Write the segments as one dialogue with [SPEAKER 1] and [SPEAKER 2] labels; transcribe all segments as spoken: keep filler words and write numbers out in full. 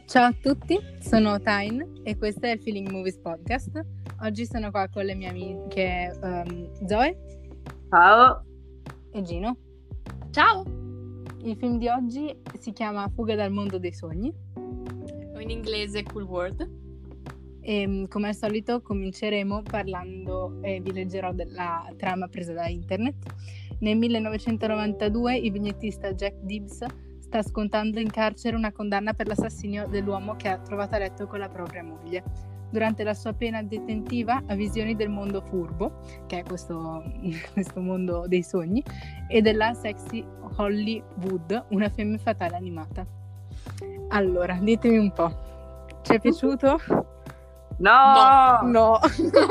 [SPEAKER 1] Ciao a tutti, sono Tyne e questo è il Feeling Movies Podcast. Oggi sono qua con le mie amiche um, Zoe.
[SPEAKER 2] Ciao.
[SPEAKER 1] E Gino.
[SPEAKER 3] Ciao.
[SPEAKER 1] Il film di oggi si chiama Fuga dal mondo dei sogni.
[SPEAKER 3] O in inglese Cool World.
[SPEAKER 1] E come al solito cominceremo parlando e vi leggerò della trama presa da internet. Nel millenovecentonovantadue il vignettista Jack Gibbs sta scontando in carcere una condanna per l'assassinio dell'uomo che ha trovato a letto con la propria moglie. Durante la sua pena detentiva ha visioni del mondo furbo, che è questo, questo mondo dei sogni, e della sexy Hollywood, una femme fatale animata. Allora, ditemi un po', ci è piaciuto?
[SPEAKER 2] No!
[SPEAKER 1] No!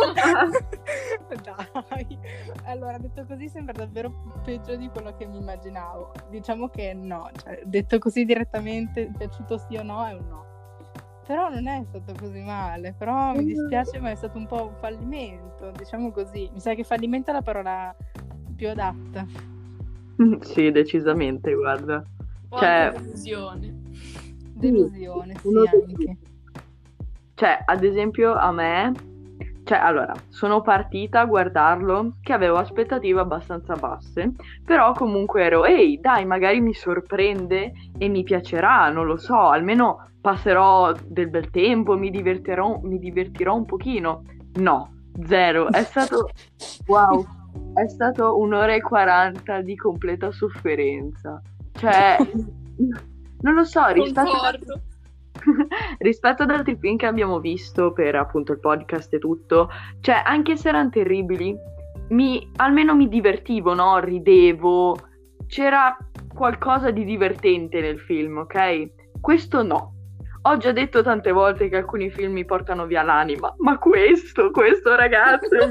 [SPEAKER 1] Dai! Allora, detto così sembra davvero peggio di quello che mi immaginavo. Diciamo che no, cioè, detto così direttamente, piaciuto sì o no, è un no. Però non è stato così male, però mi dispiace, ma è stato un po' un fallimento, diciamo così. Mi sa che fallimento è la parola più adatta.
[SPEAKER 2] Sì, decisamente, guarda.
[SPEAKER 3] O
[SPEAKER 2] cioè...
[SPEAKER 3] anche delusione.
[SPEAKER 1] Delusione, sì,
[SPEAKER 2] Uno-
[SPEAKER 1] anche.
[SPEAKER 2] Cioè, ad esempio, a me... Cioè, allora, sono partita a guardarlo che avevo aspettative abbastanza basse, però comunque ero, ehi, dai, magari mi sorprende e mi piacerà, non lo so, almeno passerò del bel tempo, mi divertirò, mi divertirò un pochino. No, zero, è stato, wow, è stato un'ora e quaranta di completa sofferenza. Cioè, non lo so, rispetto...
[SPEAKER 3] Concordo.
[SPEAKER 2] rispetto ad altri film che abbiamo visto per appunto il podcast e tutto, cioè anche se erano terribili, mi, almeno mi divertivo, no? Ridevo, c'era qualcosa di divertente nel film, ok? Questo no. Ho già detto tante volte che alcuni film mi portano via l'anima, ma questo, questo ragazzo... eh,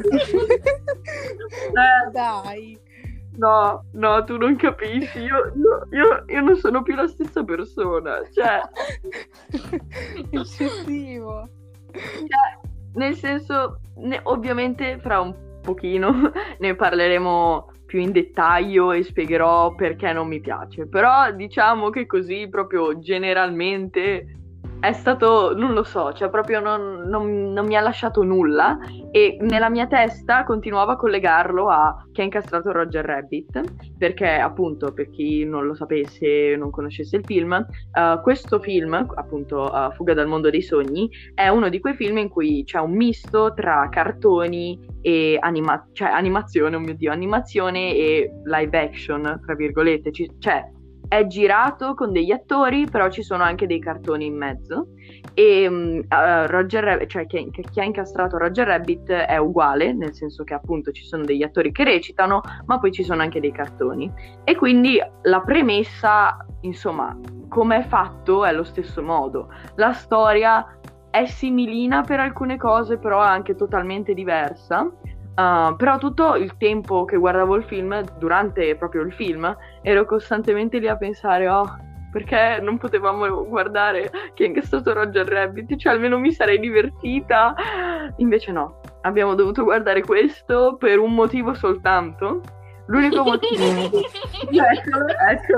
[SPEAKER 1] Dai!
[SPEAKER 2] No, no, tu non capisci, io, io, io, io non sono più la stessa persona, cioè...
[SPEAKER 1] Eccessivo!
[SPEAKER 2] Cioè, nel senso, ne- ovviamente fra un pochino ne parleremo più in dettaglio e spiegherò perché non mi piace, però diciamo che così proprio generalmente è stato, non lo so, cioè proprio non, non- non mi ha lasciato nulla e nella mia testa continuavo a collegarlo a chi ha incastrato Roger Rabbit, perché appunto per chi non lo sapesse, non conoscesse il film, eh, questo film, appunto eh, Fuga dal mondo dei sogni, è uno di quei film in cui c'è un misto tra cartoni e anima- cioè animazione, oh mio Dio, animazione e live action, tra virgolette, Ci- cioè è girato con degli attori, però ci sono anche dei cartoni in mezzo. E um, uh, Roger Rabbit, cioè chi, chi ha incastrato Roger Rabbit è uguale, nel senso che appunto ci sono degli attori che recitano, ma poi ci sono anche dei cartoni. E quindi la premessa, insomma, come è fatto è lo stesso modo. La storia è similina per alcune cose, però è anche totalmente diversa. Uh, però tutto il tempo che guardavo il film, durante proprio il film, ero costantemente lì a pensare, oh, perché non potevamo guardare chi ha incastrato Roger Rabbit? Cioè, almeno mi sarei divertita. Invece no, abbiamo dovuto guardare questo per un motivo soltanto. L'unico motivo... eccolo,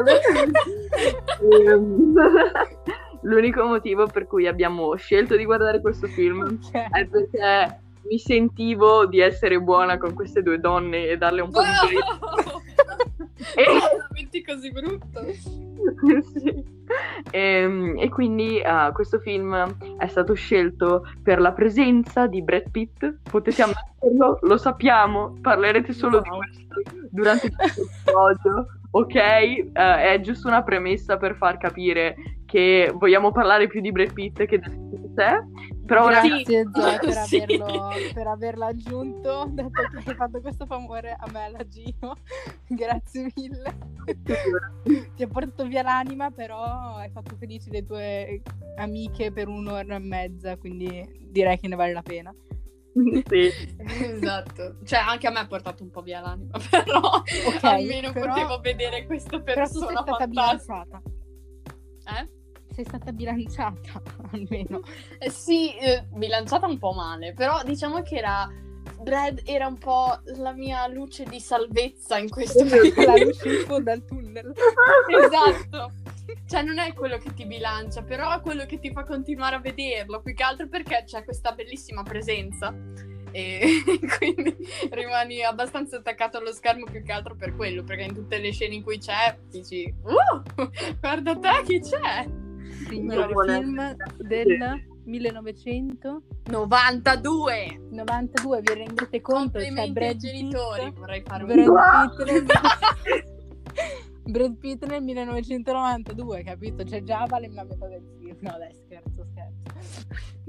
[SPEAKER 2] eccolo. Ehm, L'unico motivo per cui abbiamo scelto di guardare questo film
[SPEAKER 1] Ok.
[SPEAKER 2] è perché mi sentivo di essere buona con queste due donne e darle un po' di
[SPEAKER 3] Wow!
[SPEAKER 2] E-
[SPEAKER 3] Veramente così brutto.
[SPEAKER 2] Sì. E, e quindi uh, questo film è stato scelto per la presenza di Brad Pitt. Potete ammetterlo, lo sappiamo, parlerete solo di
[SPEAKER 3] Wow.
[SPEAKER 2] questo durante questo episodio, ok? Uh, è giusto una premessa per far capire che vogliamo parlare più di Brad Pitt che di te. Però ora-
[SPEAKER 1] Grazie Zoe per,
[SPEAKER 3] Sì.
[SPEAKER 1] averlo, per averlo aggiunto, dato che hai fatto questo favore a me e alla Gino. Grazie mille. Ti ha portato via l'anima, però hai fatto felici le tue amiche per un'ora e mezza, quindi direi che ne vale la pena.
[SPEAKER 2] Sì.
[SPEAKER 3] Esatto. Cioè, anche a me ha portato un po' via l'anima, però
[SPEAKER 1] Ok,
[SPEAKER 3] almeno
[SPEAKER 1] però-
[SPEAKER 3] potevo vedere questa
[SPEAKER 1] Però tu sei
[SPEAKER 3] persona
[SPEAKER 1] stata
[SPEAKER 3] fantastica.
[SPEAKER 1] bilanciata.
[SPEAKER 3] Eh?
[SPEAKER 1] Sei stata bilanciata, almeno.
[SPEAKER 3] Eh, Sì, eh, bilanciata un po' male, però diciamo che era Brad era un po' la mia luce di salvezza in questo film.
[SPEAKER 1] La luce in fondo al tunnel.
[SPEAKER 3] Esatto. cioè non è quello che ti bilancia, però è quello che ti fa continuare a vederlo, più che altro perché c'è questa bellissima presenza e quindi rimani abbastanza attaccato allo schermo più che altro per quello, perché in tutte le scene in cui c'è dici uh, guarda te chi c'è.
[SPEAKER 1] Signori, film del millenovecentonovantadue, vi rendete conto? C'è Brad
[SPEAKER 3] ai genitori,
[SPEAKER 1] Pitt,
[SPEAKER 3] vorrei fare un
[SPEAKER 1] Brad Pitt, nel... Brad Pitt nel millenovecentonovantadue, capito? C'è già vale la metà del film. No dai, scherzo, scherzo.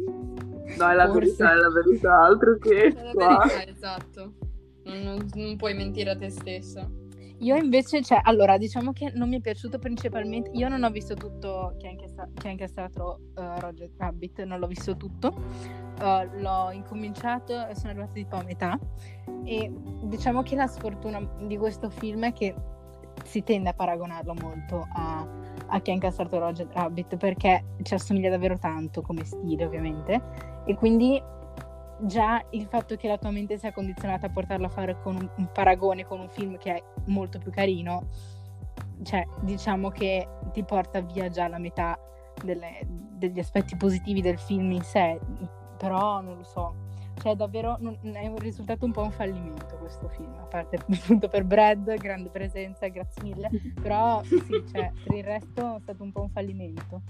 [SPEAKER 2] No, è la
[SPEAKER 1] Forse.
[SPEAKER 2] verità, è la verità, altro che
[SPEAKER 3] È la verità, esatto. Non, non, non puoi mentire a te stessa.
[SPEAKER 1] Io invece, cioè, allora, diciamo che non mi è piaciuto principalmente. Io non ho visto tutto che ha incastrato, che ha incastrato uh, Roger Rabbit, non l'ho visto tutto. Uh, l'ho incominciato e sono arrivata tipo a metà. E diciamo che la sfortuna di questo film è che si tende a paragonarlo molto a, a chi ha incastrato Roger Rabbit, perché ci assomiglia davvero tanto come stile, ovviamente. E quindi già il fatto che la tua mente sia condizionata a portarlo a fare con un, un paragone con un film che è molto più carino, cioè diciamo che ti porta via già la metà delle, degli aspetti positivi del film in sé, però non lo so, cioè davvero non, è un risultato un po' un fallimento questo film, a parte appunto per Brad, grande presenza, grazie mille, però sì, cioè per il resto è stato un po' un fallimento.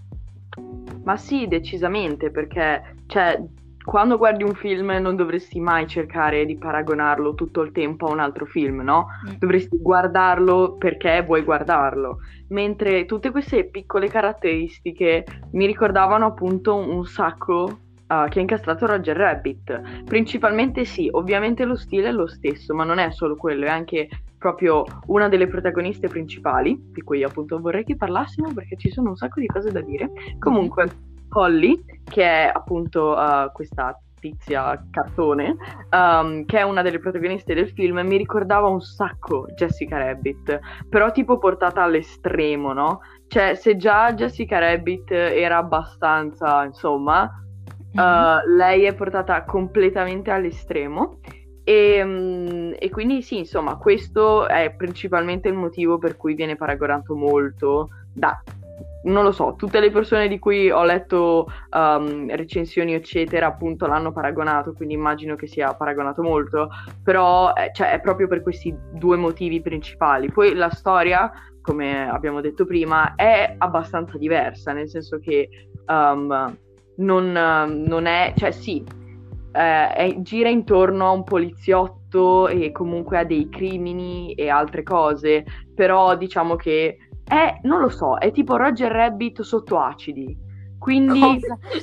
[SPEAKER 2] Ma sì, decisamente, perché cioè quando guardi un film non dovresti mai cercare di paragonarlo tutto il tempo a un altro film, no?
[SPEAKER 1] Mm.
[SPEAKER 2] Dovresti guardarlo perché vuoi guardarlo. Mentre tutte queste piccole caratteristiche mi ricordavano appunto un sacco uh, che ha incastrato Roger Rabbit. Principalmente sì, ovviamente lo stile è lo stesso, ma non è solo quello, è anche proprio una delle protagoniste principali, di cui appunto vorrei che parlassimo perché ci sono un sacco di cose da dire. Comunque Holly, che è appunto uh, questa tizia cartone, um, che è una delle protagoniste del film, mi ricordava un sacco Jessica Rabbit, però tipo portata all'estremo, no? Cioè, se già Jessica Rabbit era abbastanza, insomma, uh, lei è portata completamente all'estremo. E, um, e quindi sì, insomma, questo è principalmente il motivo per cui viene paragonato molto da... non lo so, tutte le persone di cui ho letto um, recensioni eccetera appunto l'hanno paragonato, quindi immagino che sia paragonato molto, però eh, cioè, è proprio per questi due motivi principali. Poi la storia, come abbiamo detto prima, è abbastanza diversa, nel senso che um, non, non è, cioè sì, eh, è, gira intorno a un poliziotto e comunque a dei crimini e altre cose, però diciamo che è, non lo so, è tipo Roger Rabbit sotto acidi, quindi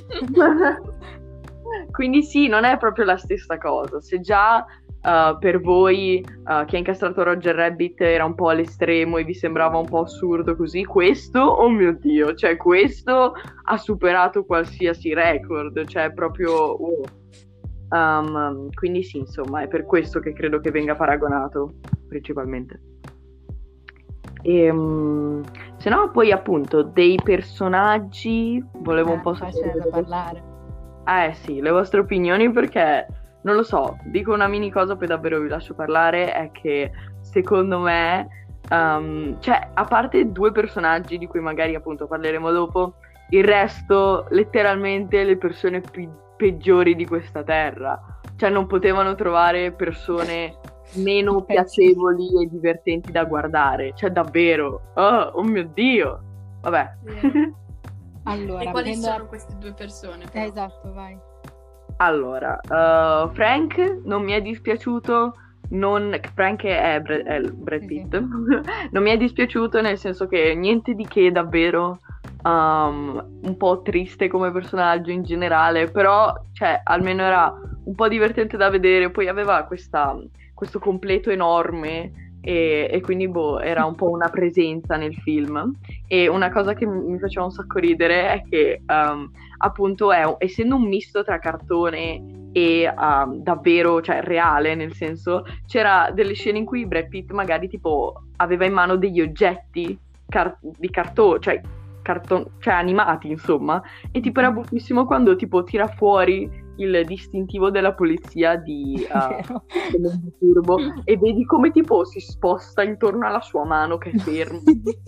[SPEAKER 2] quindi sì, non è proprio la stessa cosa. Se già uh, per voi uh, che ha incastrato Roger Rabbit era un po' all'estremo e vi sembrava un po' assurdo così, questo, oh mio Dio, cioè questo ha superato qualsiasi record, cioè proprio oh. um, quindi sì, insomma, è per questo che credo che venga paragonato principalmente. E, um, se no poi appunto dei personaggi volevo
[SPEAKER 1] eh,
[SPEAKER 2] un po'
[SPEAKER 1] sapere da parlare.
[SPEAKER 2] Eh sì, le vostre opinioni, perché non lo so, dico una mini cosa poi davvero vi lascio parlare, è che secondo me um, cioè a parte due personaggi di cui magari appunto parleremo dopo, il resto letteralmente le persone pi- peggiori di questa terra, cioè non potevano trovare persone meno piacevoli e divertenti da guardare, cioè davvero, oh, oh mio Dio, vabbè.
[SPEAKER 3] Yeah.
[SPEAKER 1] Allora,
[SPEAKER 3] e quali
[SPEAKER 1] prendo...
[SPEAKER 3] sono queste due persone?
[SPEAKER 1] Eh, esatto, vai.
[SPEAKER 2] Allora, uh, Frank non mi è dispiaciuto, non... Frank è, Brad, è Brad Pitt, sì. Non mi è dispiaciuto nel senso che niente di che davvero, um, un po' triste come personaggio in generale, però cioè almeno era un po' divertente da vedere, poi aveva questa... questo completo enorme e, e quindi boh, era un po' una presenza nel film. E una cosa che mi faceva un sacco ridere è che um, appunto è, essendo un misto tra cartone e um, davvero, cioè reale, nel senso, c'era delle scene in cui Brad Pitt magari tipo aveva in mano degli oggetti car- di cartone, cioè, carton- cioè animati insomma, e tipo era buffissimo quando tipo tira fuori il distintivo della polizia di uh,
[SPEAKER 1] Vero.
[SPEAKER 2] Elemento Turbo e vedi come tipo si sposta intorno alla sua mano che è ferma.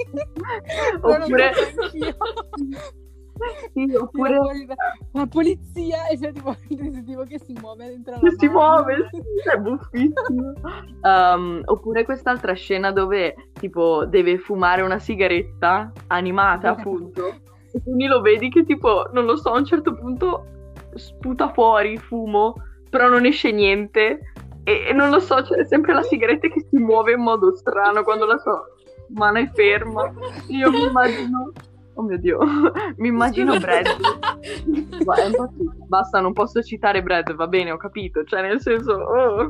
[SPEAKER 2] Oppure
[SPEAKER 1] anch'io.
[SPEAKER 2] sì, oppure
[SPEAKER 1] Tira fuori la, la polizia e c'è tipo il dispositivo che si muove dentro la
[SPEAKER 2] che si
[SPEAKER 1] mano.
[SPEAKER 2] muove, sì, è buffissimo. Um, oppure quest'altra scena dove tipo deve fumare una sigaretta animata appunto e quindi lo vedi che tipo, non lo so, a un certo punto sputa fuori fumo però non esce niente e, e non lo so, c'è sempre la sigaretta che si muove in modo strano quando la sua mano è ferma. Io mi immagino, oh mio Dio, mi immagino Brad. Ma è impazzito. Basta, non posso citare Brad, va bene, ho capito, cioè nel senso oh,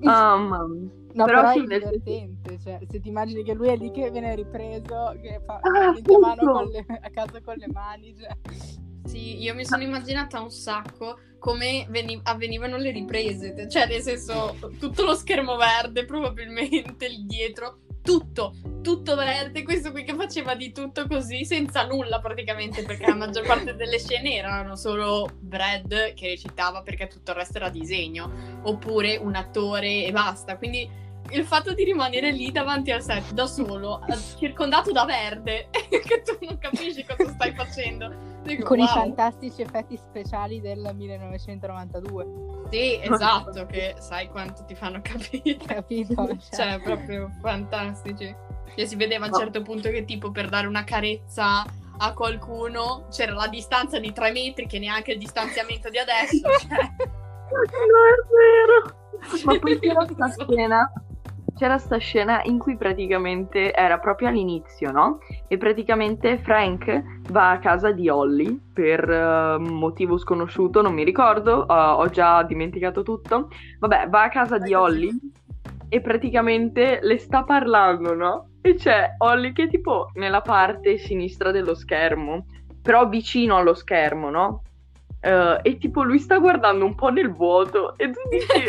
[SPEAKER 2] um,
[SPEAKER 1] No,
[SPEAKER 2] però,
[SPEAKER 1] però
[SPEAKER 2] sì,
[SPEAKER 1] è
[SPEAKER 2] nel-
[SPEAKER 1] divertente, cioè, se ti immagini che lui è lì che viene ripreso, che fa
[SPEAKER 2] Ah,
[SPEAKER 1] mette a mano
[SPEAKER 2] appunto.
[SPEAKER 1] con le- a casa con le mani, cioè.
[SPEAKER 3] Sì, io mi sono immaginata un sacco come veni- avvenivano le riprese, cioè nel senso tutto lo schermo verde probabilmente lì dietro, tutto, tutto verde, questo qui che faceva di tutto così senza nulla praticamente perché la maggior parte delle scene erano solo Brad che recitava perché tutto il resto era disegno oppure un attore e basta, quindi il fatto di rimanere lì davanti al set da solo, circondato da verde, che tu non capisci cosa stai facendo. Dico,
[SPEAKER 1] Con i
[SPEAKER 3] wow.
[SPEAKER 1] fantastici effetti speciali del millenovecentonovantadue,
[SPEAKER 3] Sì, esatto, che sai quanto ti fanno capire.
[SPEAKER 1] capito? Cioè,
[SPEAKER 3] Cioè, proprio fantastici. E si vedeva a un certo punto che tipo per dare una carezza a qualcuno c'era la distanza di tre metri, che neanche il distanziamento di adesso. Cioè.
[SPEAKER 2] No, è vero. Ma poi c'era sta scena, c'era sta scena in cui praticamente era proprio all'inizio, no? E praticamente Frank va a casa di Holly per eh, un motivo sconosciuto, non mi ricordo, eh, ho già dimenticato tutto. Vabbè, va a casa di Holly e praticamente le sta parlando, no? E c'è Holly che è tipo nella parte sinistra dello schermo, però vicino allo schermo, no? Eh, e tipo lui sta guardando un po' nel vuoto e tu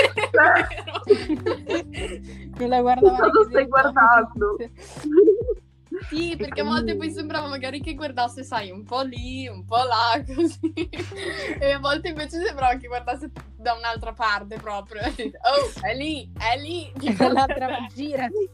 [SPEAKER 2] dici cioè,
[SPEAKER 1] non la guardava
[SPEAKER 2] cosa
[SPEAKER 1] neanche
[SPEAKER 2] stai guardando?
[SPEAKER 3] Sì, perché a volte poi sembrava magari che guardasse, sai, un po' lì, un po' là, così. E a volte invece sembrava che guardasse da un'altra parte proprio. Oh, è lì, è lì.
[SPEAKER 1] Dall'altra girati.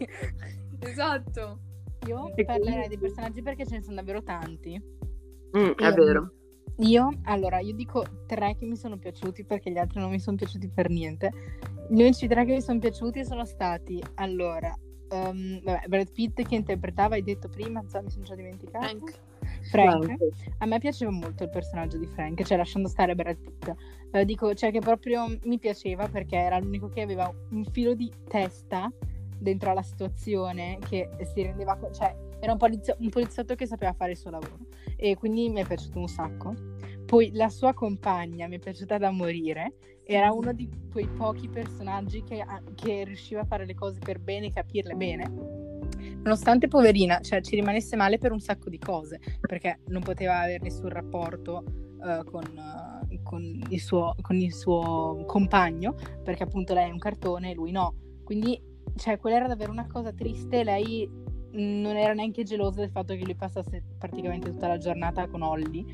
[SPEAKER 3] Esatto.
[SPEAKER 1] Io
[SPEAKER 2] E
[SPEAKER 1] parlerei
[SPEAKER 2] quindi-
[SPEAKER 1] dei personaggi perché ce ne sono davvero tanti.
[SPEAKER 2] Mm, è
[SPEAKER 1] Io-
[SPEAKER 2] vero.
[SPEAKER 1] Io, allora, io dico tre che mi sono piaciuti perché gli altri non mi sono piaciuti per niente. Gli unici tre che mi sono piaciuti sono stati, allora, um, vabbè, Brad Pitt che interpretava, hai detto prima, non so, mi sono già dimenticata.
[SPEAKER 3] Frank.
[SPEAKER 1] Frank.
[SPEAKER 2] Frank.
[SPEAKER 1] A me piaceva molto il personaggio di Frank, cioè lasciando stare Brad Pitt. Eh, dico, cioè che proprio mi piaceva perché era l'unico che aveva un filo di testa dentro alla situazione, che si rendeva co- cioè era un, polizio- un poliziotto che sapeva fare il suo lavoro e quindi mi è piaciuto un sacco. Poi la sua compagna mi è piaciuta da morire, era uno di quei pochi personaggi che, che riusciva a fare le cose per bene e capirle bene, nonostante poverina, cioè ci rimanesse male per un sacco di cose, perché non poteva avere nessun rapporto uh, con, uh, con, il suo, con il suo compagno, perché appunto lei è un cartone e lui no, quindi cioè quella era davvero una cosa triste. Lei mh, non era neanche gelosa del fatto che lui passasse praticamente tutta la giornata con Holly,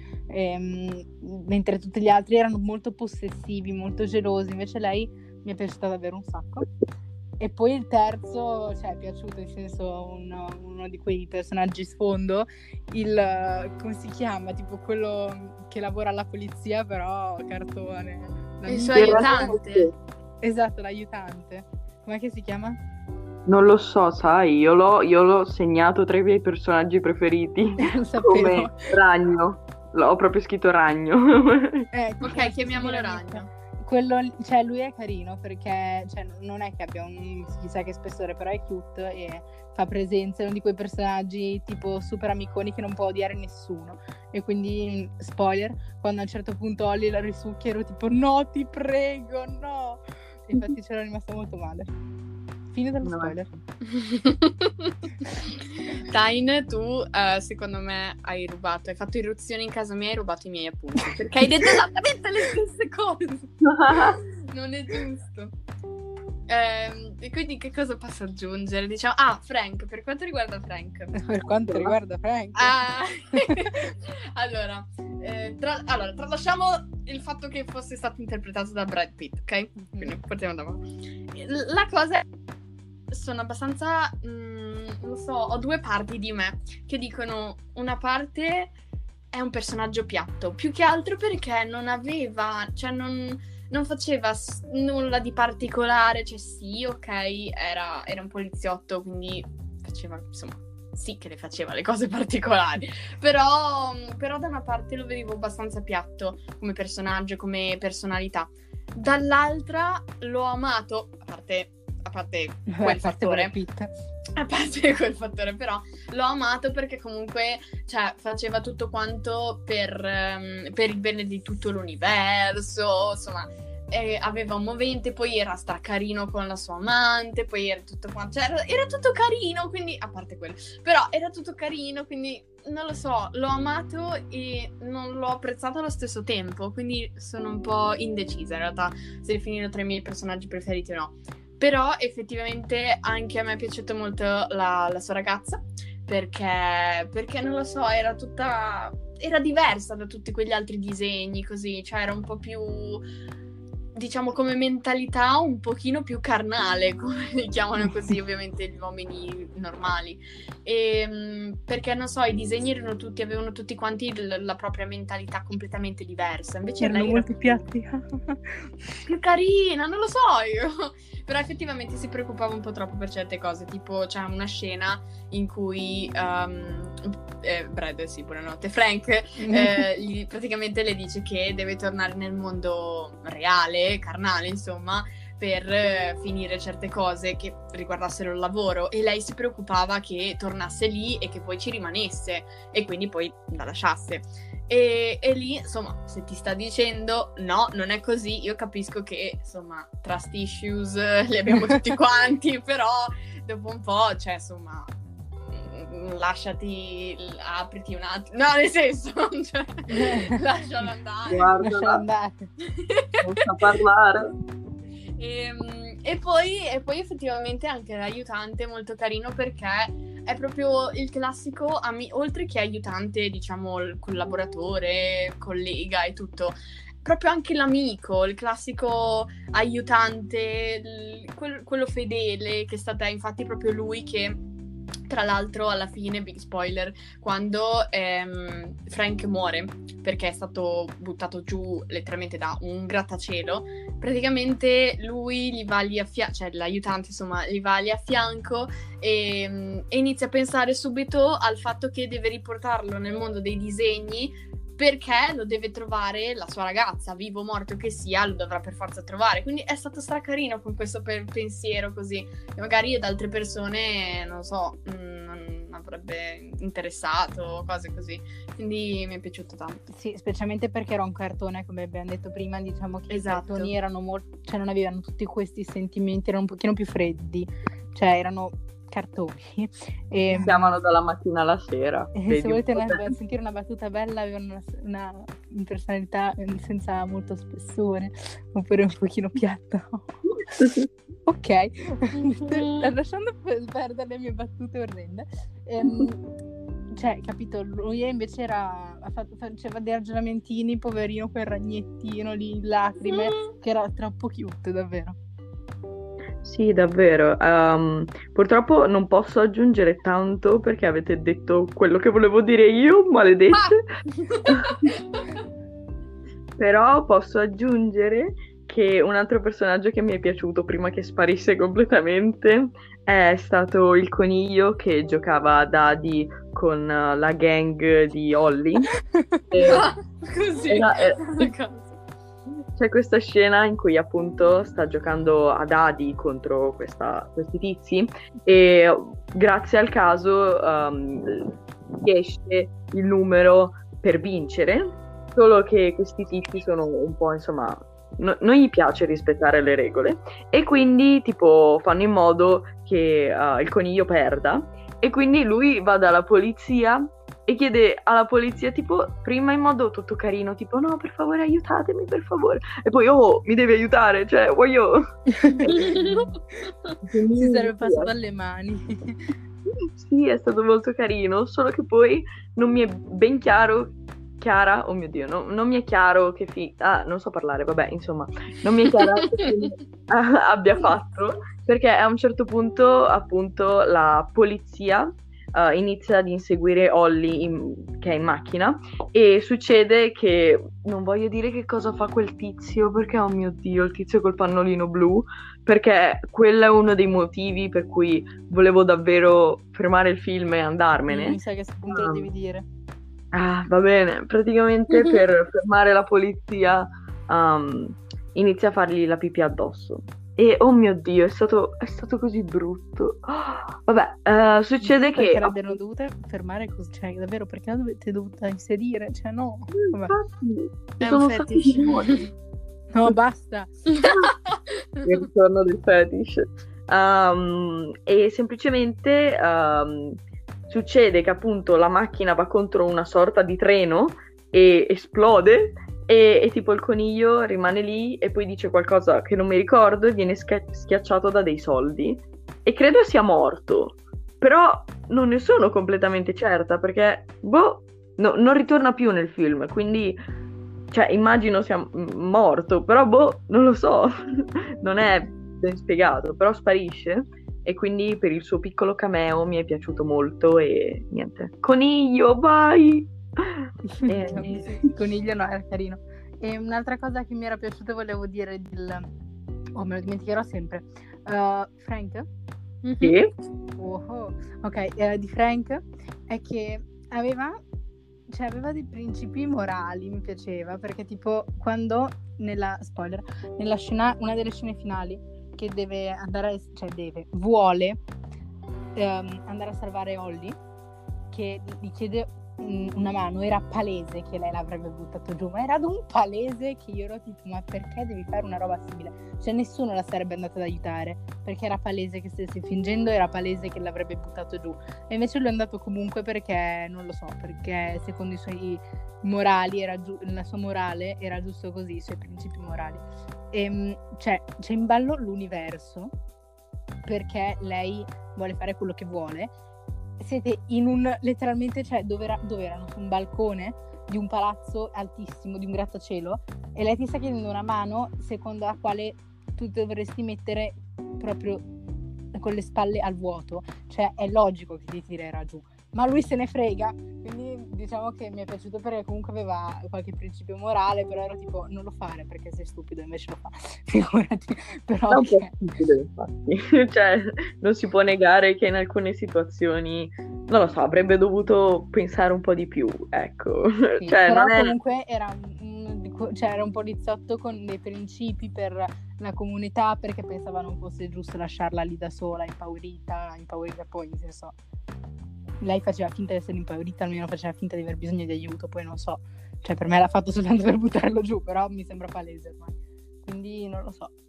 [SPEAKER 1] ehm, mentre tutti gli altri erano molto possessivi, molto gelosi, invece lei mi è piaciuta davvero un sacco. E poi il terzo, cioè, è piaciuto, nel senso, uno, uno di quei personaggi sfondo, il, come si chiama? Tipo quello che lavora alla polizia, però cartone.
[SPEAKER 3] Il suo
[SPEAKER 1] L'amico-
[SPEAKER 3] aiutante.
[SPEAKER 1] Esatto, l'aiutante. Com'è che si chiama?
[SPEAKER 2] Non lo so, sai, io l'ho, io l'ho segnato tra i miei personaggi preferiti
[SPEAKER 1] Lo sapevo.
[SPEAKER 2] come Ragno. L'ho proprio scritto Ragno.
[SPEAKER 1] Eh,
[SPEAKER 3] Ok, chiamiamolo
[SPEAKER 1] sì,
[SPEAKER 3] Ragno.
[SPEAKER 1] Quello, cioè, lui è carino perché cioè, non è che abbia un chissà che spessore, però è cute e fa presenza, è uno di quei personaggi tipo super amiconi che non può odiare nessuno. E quindi, spoiler, quando a un certo punto Holly la risucchia ero tipo no, ti prego, no. E infatti c'era rimasta molto male. Fine dello
[SPEAKER 2] No.
[SPEAKER 1] spoiler.
[SPEAKER 3] Tain, tu eh, secondo me hai rubato, hai fatto irruzione in casa mia e hai rubato i miei appunti perché hai detto esattamente le stesse cose. Non è giusto. Ehm, E quindi che cosa posso aggiungere? Diciamo, ah, Frank, per quanto riguarda Frank.
[SPEAKER 1] Per quanto riguarda Frank.
[SPEAKER 3] Ah, allora, eh, tra- allora, tralasciamo il fatto che fosse stato interpretato da Brad Pitt, ok? Quindi partiamo da qua. La cosa è, sono abbastanza, mh, non so, ho due parti di me che dicono una parte è un personaggio piatto, più che altro perché non aveva, cioè non... non faceva s- nulla di particolare, cioè sì, ok, era, era un poliziotto, quindi faceva, insomma, sì che le faceva le cose particolari, però, però da una parte lo vedevo abbastanza piatto come personaggio, come personalità, dall'altra l'ho amato, a parte, a parte quel
[SPEAKER 1] a parte
[SPEAKER 3] fattore,
[SPEAKER 1] Brad Pitt.
[SPEAKER 3] a parte quel fattore, però l'ho amato perché comunque, cioè, faceva tutto quanto per, ehm, per il bene di tutto l'universo, insomma, eh, aveva un movente, poi era stracarino con la sua amante, poi era tutto quanto, cioè, era, era tutto carino, quindi, a parte quello, però era tutto carino, quindi, non lo so, l'ho amato e non l'ho apprezzato allo stesso tempo, quindi sono un po' indecisa, in realtà, se definirlo tra i miei personaggi preferiti o no. Però effettivamente anche a me è piaciuta molto la, la sua ragazza, perché, perché non lo so, era tutta, era diversa da tutti quegli altri disegni, così, cioè era un po' più, diciamo, come mentalità un pochino più carnale, come li chiamano così ovviamente gli uomini normali, e, perché non so, i disegni erano tutti, avevano tutti quanti l- la propria mentalità completamente diversa, invece
[SPEAKER 1] Erano
[SPEAKER 3] lei
[SPEAKER 1] molti
[SPEAKER 3] era
[SPEAKER 1] piatti.
[SPEAKER 3] più carina, non lo so io. Però effettivamente si preoccupava un po' troppo per certe cose, tipo c'è una scena in cui um, eh, Brad, sì, buonanotte, Frank eh, gli, praticamente le dice che deve tornare nel mondo reale, carnale insomma, per eh, finire certe cose che riguardassero il lavoro, e lei si preoccupava che tornasse lì e che poi ci rimanesse e quindi poi la lasciasse. E, e lì, insomma, se ti sta dicendo no, non è così, io capisco che, insomma, trust issues eh, li abbiamo tutti quanti, però dopo un po', cioè, insomma, mm, lasciati, apriti un attimo, no, nel senso, cioè, lascialo andare.
[SPEAKER 1] Lascialo andare.
[SPEAKER 2] Non sa parlare.
[SPEAKER 3] E, e, poi, e poi effettivamente anche l'aiutante è molto carino perché è proprio il classico, ami- oltre che aiutante, diciamo, il collaboratore, collega e tutto, proprio anche l'amico, il classico aiutante, il- quel- quello fedele che sta a te, infatti proprio lui che... Tra l'altro, alla fine, big spoiler, quando ehm, Frank muore, perché è stato buttato giù letteralmente da un grattacielo, praticamente lui gli va lì a fianco, cioè l'aiutante, insomma, gli va lì a fianco e, e inizia a pensare subito al fatto che deve riportarlo nel mondo dei disegni, perché lo deve trovare la sua ragazza, vivo o morto che sia, lo dovrà per forza trovare. Quindi è stato stracarino con questo per- pensiero così, che magari ad altre persone, non so, mh, non avrebbe interessato, cose così. Quindi mi è piaciuto tanto.
[SPEAKER 1] Sì, specialmente perché era un cartone, come abbiamo detto prima, diciamo che
[SPEAKER 3] Esatto.
[SPEAKER 1] i cartoni erano molto, cioè non avevano tutti questi sentimenti, erano un pochino più freddi, cioè erano cartoni. E,
[SPEAKER 2] Si chiamano dalla mattina alla sera.
[SPEAKER 1] e
[SPEAKER 2] Vedi
[SPEAKER 1] se
[SPEAKER 2] un
[SPEAKER 1] volete
[SPEAKER 2] po'
[SPEAKER 1] una-
[SPEAKER 2] te.
[SPEAKER 1] sentire una battuta bella, avevano una, una personalità eh, senza molto spessore, oppure un pochino piatta. Ok, lasciando per- perdere le mie battute orrende. Ehm, cioè, capito, lui invece era, ha fatto- faceva dei ragionamentini, poverino, quel ragnettino lì, in lacrime, che era troppo cute, davvero.
[SPEAKER 2] Sì, davvero. Ehm, purtroppo non posso aggiungere tanto perché avete detto quello che volevo dire io, maledette. Però posso aggiungere che un altro personaggio che mi è piaciuto prima che sparisse completamente è stato il coniglio che giocava a dadi con uh, la gang di Holly. E
[SPEAKER 3] Così.
[SPEAKER 2] era- era- C'è questa scena in cui appunto sta giocando a dadi contro questa- questi tizi e grazie al caso um, esce il numero per vincere, solo che questi tizi sono un po', insomma, no- non gli piace rispettare le regole e quindi tipo fanno in modo che uh, il coniglio perda e quindi lui va dalla polizia e chiede alla polizia, tipo, prima in modo tutto carino, tipo, no, per favore, aiutatemi, per favore. E poi, oh, mi devi aiutare, cioè, voglio...
[SPEAKER 1] Si sarebbe passato alle mani.
[SPEAKER 2] Sì, è stato molto carino, solo che poi non mi è ben chiaro, chiara, oh mio Dio, no, non mi è chiaro che fi... Ah, non so parlare, vabbè, insomma, non mi è chiaro che fine abbia fatto, perché a un certo punto, appunto, la polizia Uh, inizia ad inseguire Holly in, che è in macchina, e succede che non voglio dire che cosa fa quel tizio, perché oh mio Dio, il tizio col pannolino blu, perché quello è uno dei motivi per cui volevo davvero fermare il film e andarmene.
[SPEAKER 1] Mi sa che appunto lo devi dire.
[SPEAKER 2] Ah, va bene, praticamente per fermare la polizia um, inizia a fargli la pipì addosso. E oh mio Dio, è stato, è stato così brutto. Oh, vabbè, uh, succede
[SPEAKER 1] perché
[SPEAKER 2] che...
[SPEAKER 1] l'abbiano dovuta fermare così, cioè davvero, perché l'avete dovuta inserire? Cioè no, vabbè.
[SPEAKER 2] Infatti,
[SPEAKER 1] È
[SPEAKER 2] sono
[SPEAKER 1] un
[SPEAKER 2] stati
[SPEAKER 1] fetish.
[SPEAKER 2] buoni.
[SPEAKER 1] No, basta.
[SPEAKER 2] Il ritorno del fetish. Um, e semplicemente um, succede che appunto la macchina va contro una sorta di treno e esplode. E, e tipo il coniglio rimane lì e poi dice qualcosa che non mi ricordo e viene schi- schiacciato da dei soldi. E credo sia morto. Però non ne sono completamente certa perché, boh, no, non ritorna più nel film. Quindi, cioè, immagino sia m- morto. Però, boh, non lo so. Non è ben spiegato. Però sparisce. E quindi per il suo piccolo cameo mi è piaciuto molto e niente. Coniglio, vai!
[SPEAKER 1] E... il coniglio no, era carino. E un'altra cosa che mi era piaciuta volevo dire del... oh, me lo dimenticherò sempre. uh, Frank?
[SPEAKER 2] Sì?
[SPEAKER 1] Oh, oh. Ok, uh, di Frank è che aveva cioè aveva dei principi morali, mi piaceva, perché tipo quando nella spoiler nella scena, una delle scene finali, che deve andare a, cioè deve vuole um, andare a salvare Holly, che gli chiede una mano, era palese che lei l'avrebbe buttato giù, ma era ad un palese che io ero tipo, ma perché devi fare una roba simile? Cioè nessuno la sarebbe andata ad aiutare, perché era palese che stesse fingendo, era palese che l'avrebbe buttato giù, e invece lui è andato comunque perché, non lo so, perché secondo i suoi morali era giu- la sua morale era giusto così, i suoi principi morali. E, cioè c'è in ballo l'universo, perché lei vuole fare quello che vuole. Siete in un, letteralmente, cioè dove, era, dove erano? Su un balcone di un palazzo altissimo, di un grattacielo, e lei ti sta chiedendo una mano secondo la quale tu dovresti mettere proprio con le spalle al vuoto, cioè è logico che ti tirerà giù, ma lui se ne frega, quindi diciamo che mi è piaciuto perché comunque aveva qualche principio morale, però ero tipo non lo fare perché sei stupido, invece lo fa, figurati. Però
[SPEAKER 2] è un po'
[SPEAKER 1] che...
[SPEAKER 2] stupido, infatti. Cioè non si può negare che in alcune situazioni, non lo so, avrebbe dovuto pensare un po' di più, ecco.
[SPEAKER 1] Sì,
[SPEAKER 2] cioè,
[SPEAKER 1] però
[SPEAKER 2] non è...
[SPEAKER 1] comunque era un, cioè, era un poliziotto con dei principi per la comunità, perché pensava non fosse giusto lasciarla lì da sola, impaurita, impaurita poi, nel senso, lei faceva finta di essere impaurita, almeno faceva finta di aver bisogno di aiuto, poi non so, cioè per me l'ha fatto soltanto per buttarlo giù, però mi sembra palese ormai, quindi non lo so.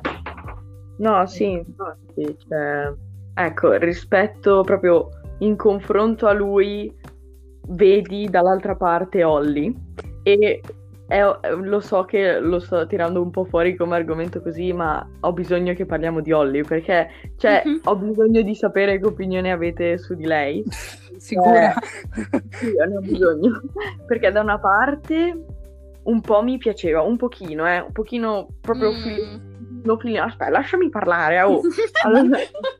[SPEAKER 2] No, sì, infatti, cioè, ecco, rispetto proprio in confronto a lui, vedi dall'altra parte Holly, e è, lo so che lo sto tirando un po' fuori come argomento così, ma ho bisogno che parliamo di Holly, perché cioè
[SPEAKER 1] Mm-hmm.
[SPEAKER 2] ho bisogno di sapere che opinione avete su di lei.
[SPEAKER 1] Sicura?
[SPEAKER 2] Eh, sì, ne ho bisogno. Perché da una parte un po' mi piaceva, un pochino, eh, un pochino proprio
[SPEAKER 3] Mm.
[SPEAKER 2] filino, filino. Aspetta, lasciami parlare, oh. Allora,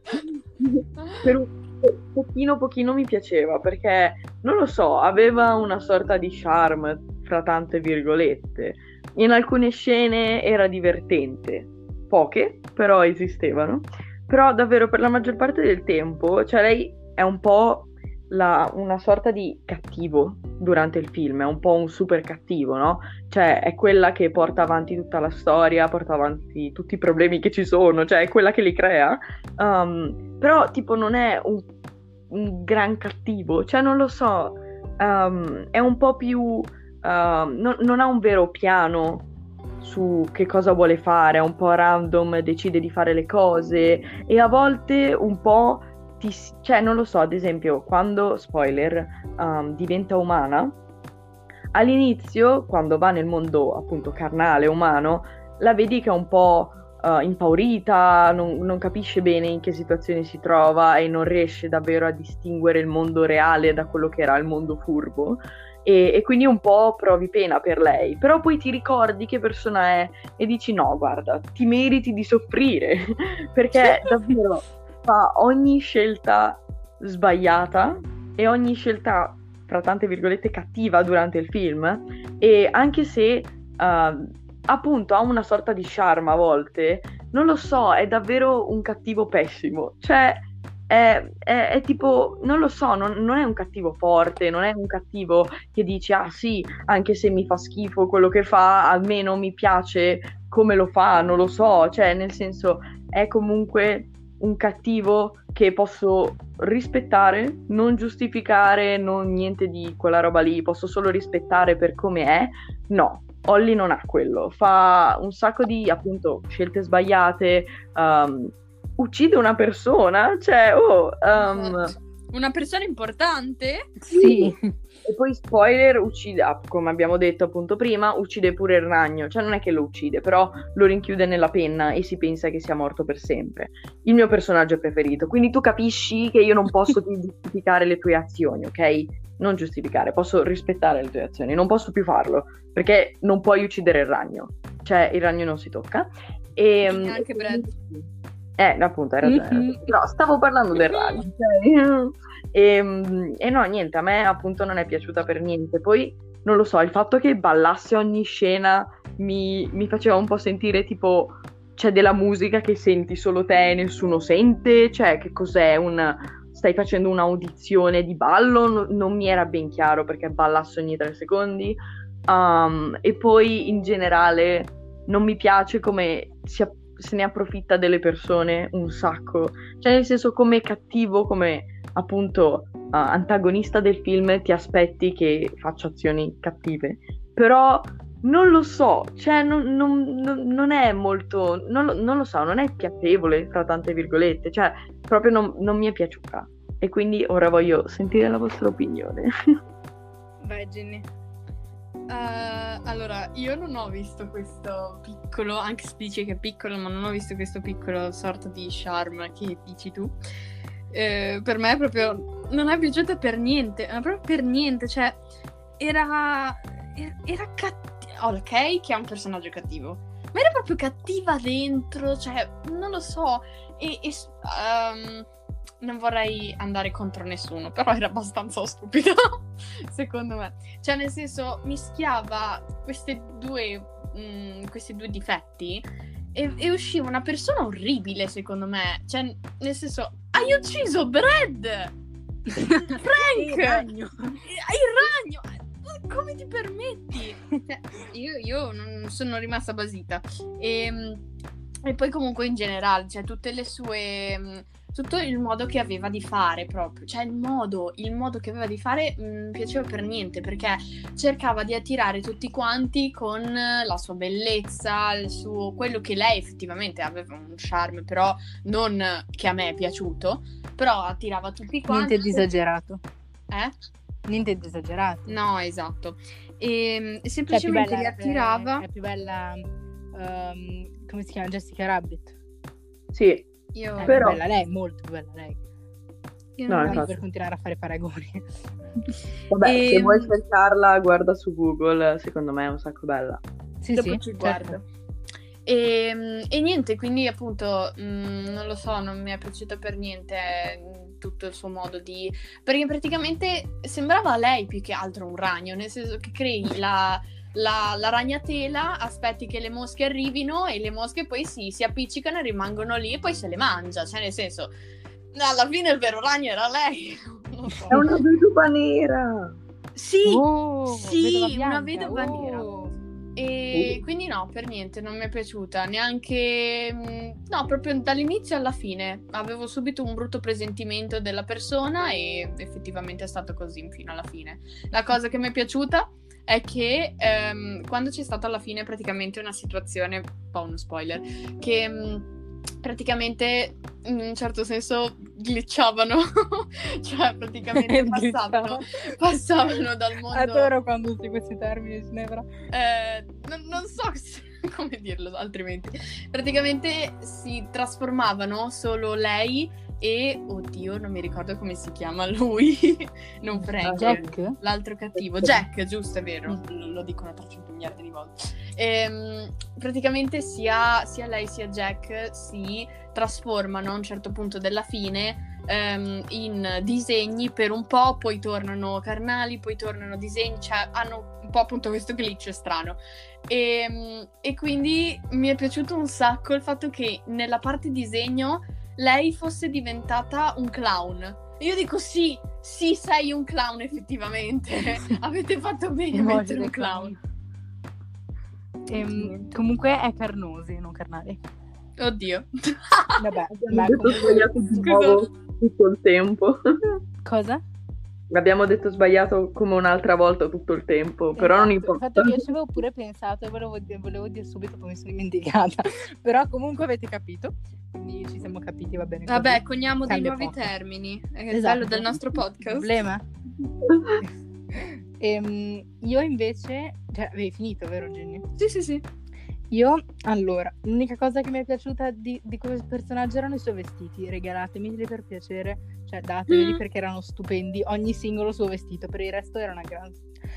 [SPEAKER 2] per un pochino pochino mi piaceva, perché non lo so, aveva una sorta di charme, fra tante virgolette. In alcune scene era divertente, poche, però esistevano. Però davvero per la maggior parte del tempo, cioè lei è un po' la, una sorta di cattivo durante il film, è un po' un super cattivo, no? Cioè è quella che porta avanti tutta la storia, porta avanti tutti i problemi che ci sono, cioè è quella che li crea. Um, però tipo non è un, un gran cattivo, cioè non lo so, um, è un po' più... Uh, non, non ha un vero piano su che cosa vuole fare, è un po' random, decide di fare le cose e a volte un po' ti, cioè non lo so, ad esempio, quando, spoiler, um, diventa umana, all'inizio, quando va nel mondo appunto carnale, umano, la vedi che è un po' uh, impaurita, non, non capisce bene in che situazione si trova e non riesce davvero a distinguere il mondo reale da quello che era il mondo furbo. E, e quindi un po' provi pena per lei, però poi ti ricordi che persona è e dici no, guarda, ti meriti di soffrire, perché davvero fa ogni scelta sbagliata e ogni scelta, fra tante virgolette, cattiva durante il film, e anche se uh, appunto ha una sorta di charme a volte, non lo so, è davvero un cattivo pessimo, cioè È, è, è tipo, non lo so, non, non è un cattivo forte, non è un cattivo che dici, ah sì, anche se mi fa schifo quello che fa, almeno mi piace come lo fa, non lo so, cioè nel senso è comunque un cattivo che posso rispettare, non giustificare, non niente di quella roba lì, posso solo rispettare per come è. No, Ollie non ha quello, fa un sacco di appunto scelte sbagliate, um, uccide una persona, cioè, oh... Um...
[SPEAKER 3] Una persona importante?
[SPEAKER 2] Sì. E poi, spoiler, uccide, come abbiamo detto appunto prima, uccide pure il ragno. Cioè, non è che lo uccide, però lo rinchiude nella penna e si pensa che sia morto per sempre. Il mio personaggio preferito. Quindi tu capisci che io non posso più giustificare le tue azioni, ok? Non giustificare, posso rispettare le tue azioni. Non posso più farlo, perché non puoi uccidere il ragno. Cioè, il ragno non si tocca. E
[SPEAKER 3] anche Brad.
[SPEAKER 2] Eh, appunto, hai ragione. Mm-hmm. No, stavo parlando del ragno. Cioè, e, e no, niente, a me appunto non è piaciuta per niente. Poi, non lo so, il fatto che ballasse ogni scena mi, mi faceva un po' sentire tipo, c'è della musica che senti solo te e nessuno sente, cioè che cos'è, un, stai facendo un'audizione di ballo? No, non mi era ben chiaro perché ballasse ogni tre secondi. Um, e poi, in generale, non mi piace come si appunto se ne approfitta delle persone un sacco, cioè nel senso, come cattivo, come appunto uh, antagonista del film ti aspetti che faccia azioni cattive, però non lo so, cioè non, non, non, non è molto, non lo, non lo so, non è piacevole fra tante virgolette, cioè proprio non, non mi è piaciuta, e quindi ora voglio sentire la vostra opinione.
[SPEAKER 1] Vai Ginny.
[SPEAKER 3] Uh, allora, io non ho visto questo piccolo, anche se dici che è piccolo, ma non ho visto questo piccolo sorta di charme che dici tu. Uh, per me proprio non è piaciuta per niente, ma proprio per niente, cioè era era, era cattiva, ok, che è un personaggio cattivo, ma era proprio cattiva dentro, cioè non lo so, e, e um, non vorrei andare contro nessuno, però era abbastanza stupido, secondo me. Cioè, nel senso, mischiava queste due, mh, questi due difetti e, e usciva una persona orribile, secondo me. Cioè, nel senso, hai ucciso Brad! Frank!
[SPEAKER 1] Il ragno!
[SPEAKER 3] Il ragno! Come ti permetti? Cioè, io, io non sono rimasta basita. E, e poi comunque in generale, cioè, tutte le sue... tutto il modo che aveva di fare proprio, cioè il modo, il modo che aveva di fare non piaceva per niente, perché cercava di attirare tutti quanti con la sua bellezza, il suo, quello che lei effettivamente aveva un charme, però non che a me è piaciuto, però attirava tutti quanti.
[SPEAKER 1] Niente di esagerato.
[SPEAKER 3] Eh?
[SPEAKER 1] Niente di esagerato.
[SPEAKER 3] No, esatto. E, e semplicemente
[SPEAKER 1] cioè,
[SPEAKER 3] li attirava.
[SPEAKER 1] È, è più bella, um, come si chiama? Jessica Rabbit.
[SPEAKER 2] Sì.
[SPEAKER 3] Io...
[SPEAKER 1] È
[SPEAKER 2] però...
[SPEAKER 1] più bella lei, molto più bella lei.
[SPEAKER 3] Io
[SPEAKER 2] no,
[SPEAKER 3] non
[SPEAKER 2] infatti.
[SPEAKER 1] Per continuare a fare paragoni.
[SPEAKER 2] Vabbè,
[SPEAKER 3] E...
[SPEAKER 2] se vuoi cercarla, guarda su Google, secondo me è un sacco bella.
[SPEAKER 1] Sì,
[SPEAKER 3] Dopo
[SPEAKER 1] sì,
[SPEAKER 3] ci
[SPEAKER 1] certo.
[SPEAKER 3] guardo. E, e niente, quindi appunto mh, non lo so, non mi è piaciuto per niente tutto il suo modo di... perché praticamente sembrava lei più che altro un ragno, nel senso che crei la... La, la ragnatela, aspetti che le mosche arrivino e le mosche poi si, si appiccicano e rimangono lì e poi se le mangia, cioè nel senso, alla fine il vero ragno era lei. Non so.
[SPEAKER 2] È una vedova nera.
[SPEAKER 3] Sì,
[SPEAKER 1] Oh,
[SPEAKER 3] sì,
[SPEAKER 1] vedova
[SPEAKER 3] una
[SPEAKER 1] bianca,
[SPEAKER 3] vedova
[SPEAKER 1] oh.
[SPEAKER 3] nera. E quindi no, per niente, non mi è piaciuta, neanche, no, proprio dall'inizio alla fine. Avevo subito un brutto presentimento della persona e effettivamente è stato così fino alla fine. La cosa che mi è piaciuta è che ehm, quando c'è stata alla fine praticamente una situazione, un po' uno spoiler, che mh, praticamente in un certo senso glitchavano, cioè praticamente passavano, passavano dal mondo...
[SPEAKER 1] Adoro quando usi questi termini, Ginevra.
[SPEAKER 3] Eh, non, non so come dirlo altrimenti. Praticamente si trasformavano solo lei e, oddio, non mi ricordo come si chiama lui, non Frank,
[SPEAKER 1] Jack?
[SPEAKER 3] l'altro cattivo, Jack, giusto, è vero, mm. lo dicono trecento miliardi di volte. Ehm, praticamente sia, sia lei sia Jack si trasformano a un certo punto della fine ehm, in disegni per un po', poi tornano carnali, poi tornano disegni, cioè hanno un po' appunto questo glitch strano. E, e quindi mi è piaciuto un sacco il fatto che nella parte disegno lei fosse diventata un clown. Io dico sì, sì, sei un clown effettivamente. Avete fatto bene a mettere un clown.
[SPEAKER 1] Ehm, comunque è Carnosi, non Carnali.
[SPEAKER 3] Oddio.
[SPEAKER 1] Vabbè,
[SPEAKER 2] ma comunque... tutto il tempo.
[SPEAKER 1] Cosa?
[SPEAKER 2] L'abbiamo detto sbagliato come un'altra volta tutto il tempo, però
[SPEAKER 1] esatto.
[SPEAKER 2] non importa.
[SPEAKER 1] Infatti io ci avevo pure pensato e volevo, volevo dire subito, poi mi sono dimenticata. Però comunque avete capito, quindi ci siamo capiti, va bene così.
[SPEAKER 3] Vabbè, coniamo dei nuovi
[SPEAKER 1] poco.
[SPEAKER 3] termini, è il
[SPEAKER 1] Esatto.
[SPEAKER 3] bello del nostro podcast.
[SPEAKER 1] Problema? ehm, io invece, cioè avevi finito, vero Jenny?
[SPEAKER 3] Sì, sì, sì.
[SPEAKER 1] Io, allora, l'unica cosa che mi è piaciuta di, di questo personaggio erano i suoi vestiti. Regalatemeli per piacere, cioè dateveli mm. perché erano stupendi. Ogni singolo suo vestito, per il resto era una gran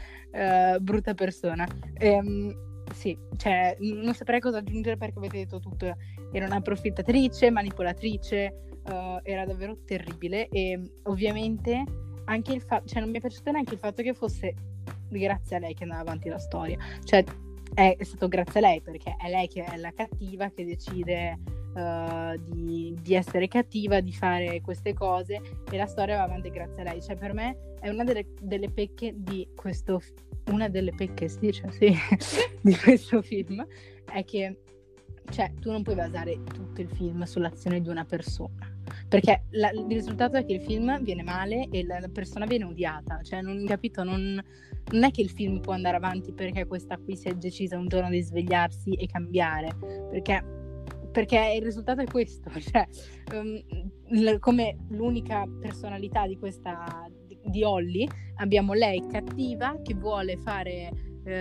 [SPEAKER 1] uh, brutta persona. Ehm, sì, cioè non saprei cosa aggiungere perché avete detto tutto. Era una approfittatrice, manipolatrice, uh, era davvero terribile. E ovviamente anche il fatto, cioè non mi è piaciuto neanche il fatto che fosse grazie a lei che andava avanti la storia. Cioè è stato grazie a lei, perché è lei che è la cattiva, che decide uh, di, di essere cattiva, di fare queste cose, e la storia va avanti grazie a lei. Cioè per me è una delle, delle pecche di questo una delle pecche si dice sì di questo film è che, cioè, tu non puoi basare tutto il film sull'azione di una persona, perché la, il risultato è che il film viene male e la, la persona viene odiata. Cioè non capito, non non è che il film può andare avanti perché questa qui si è decisa un giorno di svegliarsi e cambiare, perché, perché il risultato è questo, cioè um, l- come l'unica personalità di questa di, di Holly abbiamo lei cattiva che vuole fare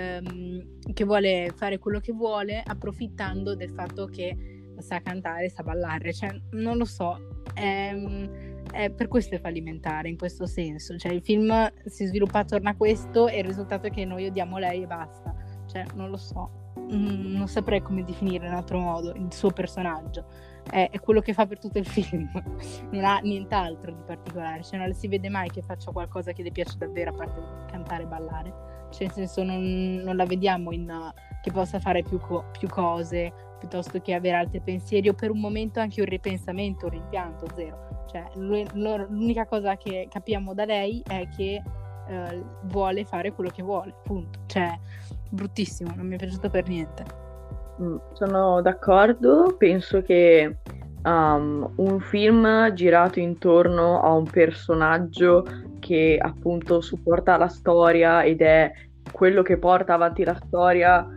[SPEAKER 1] um, che vuole fare quello che vuole, approfittando del fatto che sa cantare, sa ballare, cioè non lo so, è, è per questo è fallimentare in questo senso. Cioè il film si sviluppa attorno a questo e il risultato è che noi odiamo lei e basta. Cioè non lo so, mm, non saprei come definire in altro modo il suo personaggio. È, è quello che fa per tutto il film, non ha nient'altro di particolare, cioè non si vede mai che faccia qualcosa che le piace davvero a parte cantare e ballare. Cioè nel senso non, non la vediamo in uh, che possa fare più, co- più cose piuttosto che avere altri pensieri, o per un momento anche un ripensamento, un rimpianto, zero. Cioè l'unica cosa che capiamo da lei è che uh, vuole fare quello che vuole, punto. Cioè bruttissimo, non mi è piaciuto per niente.
[SPEAKER 2] Mm, sono d'accordo, penso che um, un film girato intorno a un personaggio che appunto supporta la storia ed è quello che porta avanti la storia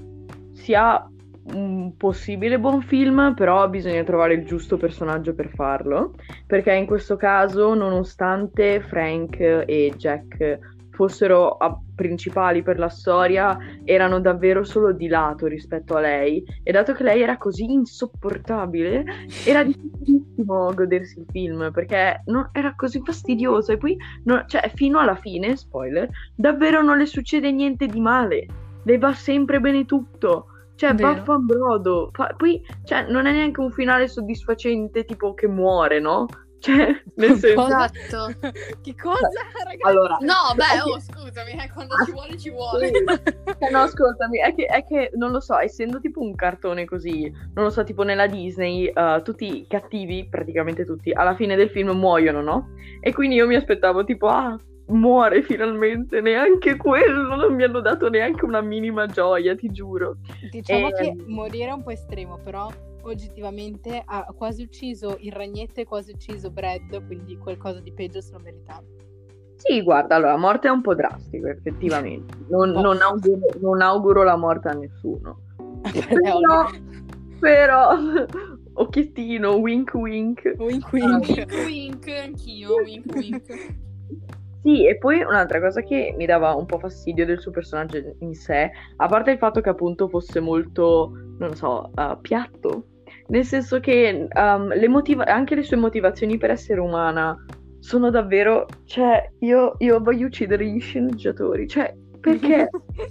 [SPEAKER 2] sia un possibile buon film, però bisogna trovare il giusto personaggio per farlo, perché in questo caso, nonostante Frank e Jack fossero a- principali per la storia, erano davvero solo di lato rispetto a lei, e dato che lei era così insopportabile era difficilissimo godersi il film, perché no, era così fastidioso, e poi no, cioè fino alla fine, spoiler, davvero non le succede niente di male, le va sempre bene tutto. Cioè, vaffanbrodo. Fa- poi, cioè, non è neanche un finale soddisfacente, tipo che muore, no? Cioè, nel senso...
[SPEAKER 3] Esatto.
[SPEAKER 1] Che cosa, ragazzi?
[SPEAKER 2] Allora...
[SPEAKER 3] No, beh, oh, scusami, eh, quando ci vuole, ci vuole.
[SPEAKER 2] Eh, no, ascoltami, è che, è che, non lo so, essendo tipo un cartone così, non lo so, tipo nella Disney, uh, tutti i cattivi, praticamente tutti, alla fine del film muoiono, no? E quindi io mi aspettavo, tipo, ah... muore finalmente, neanche quello, non mi hanno dato neanche una minima gioia, ti giuro.
[SPEAKER 1] Diciamo
[SPEAKER 2] e...
[SPEAKER 1] che morire è un po' estremo, però oggettivamente ha quasi ucciso il ragnetto e quasi ucciso Brad, quindi qualcosa di peggio se lo meritava.
[SPEAKER 2] Sì, guarda, allora, la morte è un po' drastico, effettivamente. Non, non, auguro, non auguro la morte a nessuno. però, però occhiettino, wink wink.
[SPEAKER 1] Wink
[SPEAKER 2] Ah,
[SPEAKER 1] wink.
[SPEAKER 3] Wink wink, anch'io, wink wink.
[SPEAKER 2] Sì, e poi un'altra cosa che mi dava un po' fastidio del suo personaggio in sé, a parte il fatto che appunto fosse molto, non lo so, uh, piatto, nel senso che um, le motiva- anche le sue motivazioni per essere umana sono davvero, cioè, io, io voglio uccidere gli sceneggiatori, cioè, perché?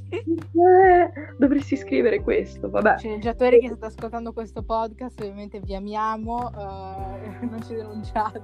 [SPEAKER 2] Eh, dovresti scrivere questo, vabbè.
[SPEAKER 1] Sceneggiatori che state ascoltando questo podcast, ovviamente vi amiamo, eh, non ci denunciate.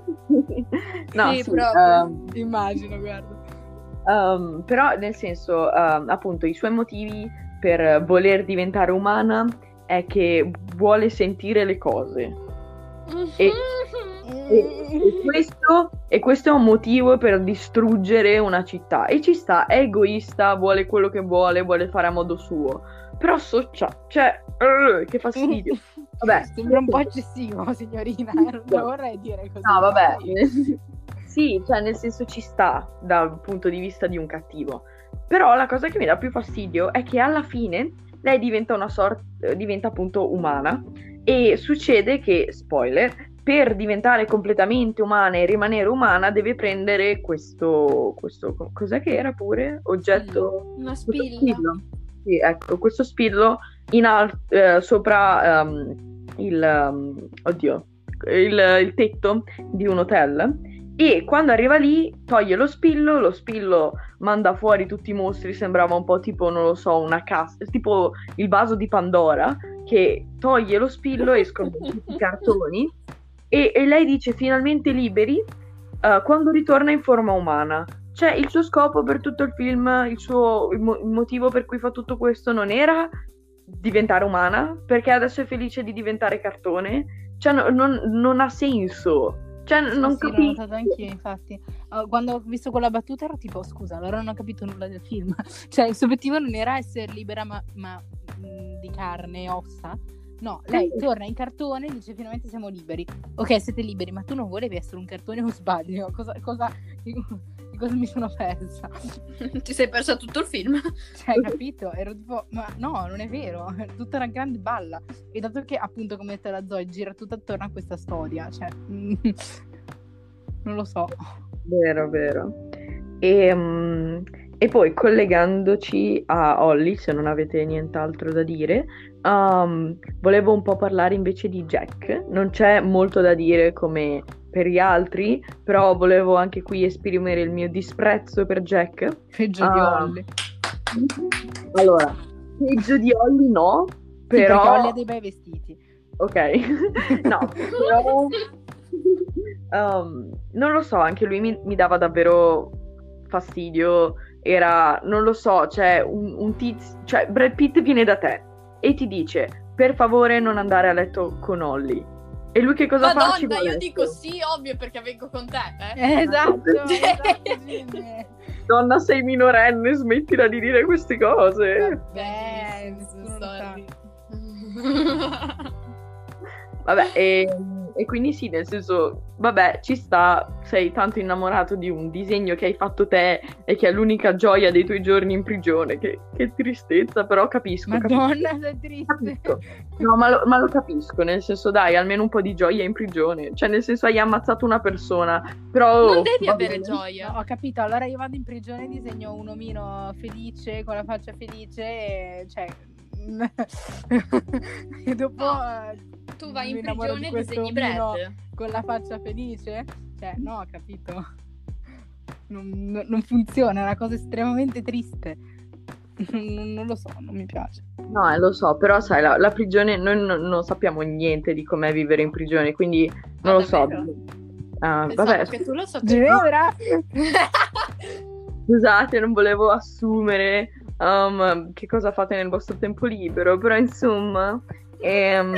[SPEAKER 2] No,
[SPEAKER 3] Sì,
[SPEAKER 2] sì,
[SPEAKER 3] proprio.
[SPEAKER 2] um,
[SPEAKER 1] Immagino, guarda.
[SPEAKER 2] Um, però nel senso, um, appunto, i suoi motivi per voler diventare umana è che vuole sentire le cose. E, e- e questo, e questo è un motivo per distruggere una città. E ci sta, è egoista, vuole quello che vuole, vuole fare a modo suo. Però soccia, cioè, uh, che fastidio. Vabbè,
[SPEAKER 1] Sembra un po' eccessivo, signorina, eh, non lo vorrei dire così.
[SPEAKER 2] no, vabbè. Sì, cioè nel senso ci sta dal punto di vista di un cattivo. Però la cosa che mi dà più fastidio è che alla fine lei diventa una sorta, diventa appunto umana e succede che, spoiler, per diventare completamente umana e rimanere umana deve prendere questo, questo cos'è che era pure? Oggetto...
[SPEAKER 3] Una
[SPEAKER 2] questo
[SPEAKER 3] spilla.
[SPEAKER 2] spillo. Sì, ecco, questo spillo in al- eh, sopra ehm, il, um, oddio, il, il tetto di un hotel. E quando arriva lì toglie lo spillo, lo spillo manda fuori tutti i mostri, sembrava un po' tipo, non lo so, una cassa, tipo il vaso di Pandora, che toglie lo spillo, escono tutti i cartoni, e, e lei dice finalmente liberi uh, quando ritorna in forma umana. Cioè il suo scopo per tutto il film, il suo il mo- il motivo per cui fa tutto questo non era diventare umana, perché adesso è felice di diventare cartone, cioè no- non, non ha senso. Cioè,
[SPEAKER 1] Sì,
[SPEAKER 2] non
[SPEAKER 1] sì, l'ho
[SPEAKER 2] capisco.
[SPEAKER 1] notato anch'io, infatti. Uh, quando ho visto quella battuta ero tipo, scusa, allora non ho capito nulla del film. Cioè, il suo obiettivo non era essere libera, ma, ma mh, di carne e ossa. No, lei torna in cartone e dice finalmente siamo liberi. Ok, siete liberi, ma tu non volevi essere un cartone o sbaglio? Cosa, cosa, di, di cosa mi sono persa?
[SPEAKER 3] Ti sei persa tutto il film.
[SPEAKER 1] Cioè, capito? Ero tipo, ma no, non è vero, è tutta una grande balla. E dato che, appunto, come detto la Zoe, gira tutto attorno a questa storia, cioè, mm, non lo so.
[SPEAKER 2] Vero, vero. E, mm, e poi collegandoci a Holly, se non avete nient'altro da dire, um, volevo un po' parlare invece di Jack. Non c'è molto da dire come per gli altri, però volevo anche qui esprimere il mio disprezzo per Jack.
[SPEAKER 1] Peggio di
[SPEAKER 2] Ah.
[SPEAKER 1] Holly.
[SPEAKER 2] Allora, peggio di Holly no,
[SPEAKER 1] Sì, perché
[SPEAKER 2] però...
[SPEAKER 1] Holly ha dei bei vestiti.
[SPEAKER 2] Ok, no, però... um, non lo so, anche lui mi, mi dava davvero fastidio. Era, non lo so, cioè un, un tizio, cioè Brad Pitt viene da te e ti dice per favore non andare a letto con Holly. E lui che cosa fa? Ci va
[SPEAKER 3] Madonna,
[SPEAKER 2] a
[SPEAKER 3] io
[SPEAKER 2] letto.
[SPEAKER 3] dico sì, ovvio, perché vengo con te, eh.
[SPEAKER 1] Eh, esatto, esatto, Jimmy.
[SPEAKER 2] Donna, sei minorenne, smettila di dire queste cose.
[SPEAKER 1] Beh,
[SPEAKER 3] Benissimo,
[SPEAKER 1] nessuno lo sa.
[SPEAKER 3] sorry.
[SPEAKER 2] Vabbè, e, e quindi sì, nel senso, vabbè, ci sta, sei tanto innamorato di un disegno che hai fatto te e che è l'unica gioia dei tuoi giorni in prigione. Che, che tristezza, però capisco.
[SPEAKER 1] Madonna,
[SPEAKER 2] capisco.
[SPEAKER 1] sei triste.
[SPEAKER 2] Capisco. No, ma lo, ma lo capisco, nel senso, dai, almeno un po' di gioia in prigione. Cioè, nel senso, hai ammazzato una persona, però...
[SPEAKER 3] Non devi
[SPEAKER 2] va
[SPEAKER 3] avere
[SPEAKER 2] bene.
[SPEAKER 3] gioia.
[SPEAKER 1] No, ho capito, allora io vado in prigione e disegno un omino felice, con la faccia felice, e, cioè... e dopo...
[SPEAKER 3] No,
[SPEAKER 1] eh,
[SPEAKER 3] Tu vai
[SPEAKER 1] mi
[SPEAKER 3] in
[SPEAKER 1] innamoro
[SPEAKER 3] prigione
[SPEAKER 1] di
[SPEAKER 3] e
[SPEAKER 1] questo
[SPEAKER 3] disegni
[SPEAKER 1] omino
[SPEAKER 3] Brad.
[SPEAKER 1] con la faccia felice? Cioè, no, ho capito. Non, non- non funziona, è una cosa estremamente triste. Non, non lo so, non mi piace.
[SPEAKER 2] No, eh, lo so, però sai, la, la prigione, noi non, non sappiamo niente di com'è vivere in prigione, quindi non
[SPEAKER 3] Ah,
[SPEAKER 2] lo so.
[SPEAKER 3] davvero?
[SPEAKER 2] Ah,
[SPEAKER 3] Pensavo
[SPEAKER 2] vabbè,
[SPEAKER 3] che tu lo sapevi.
[SPEAKER 1] Ginevra?
[SPEAKER 2] scusate, non volevo assumere um, che cosa fate nel vostro tempo libero, però insomma... ehm,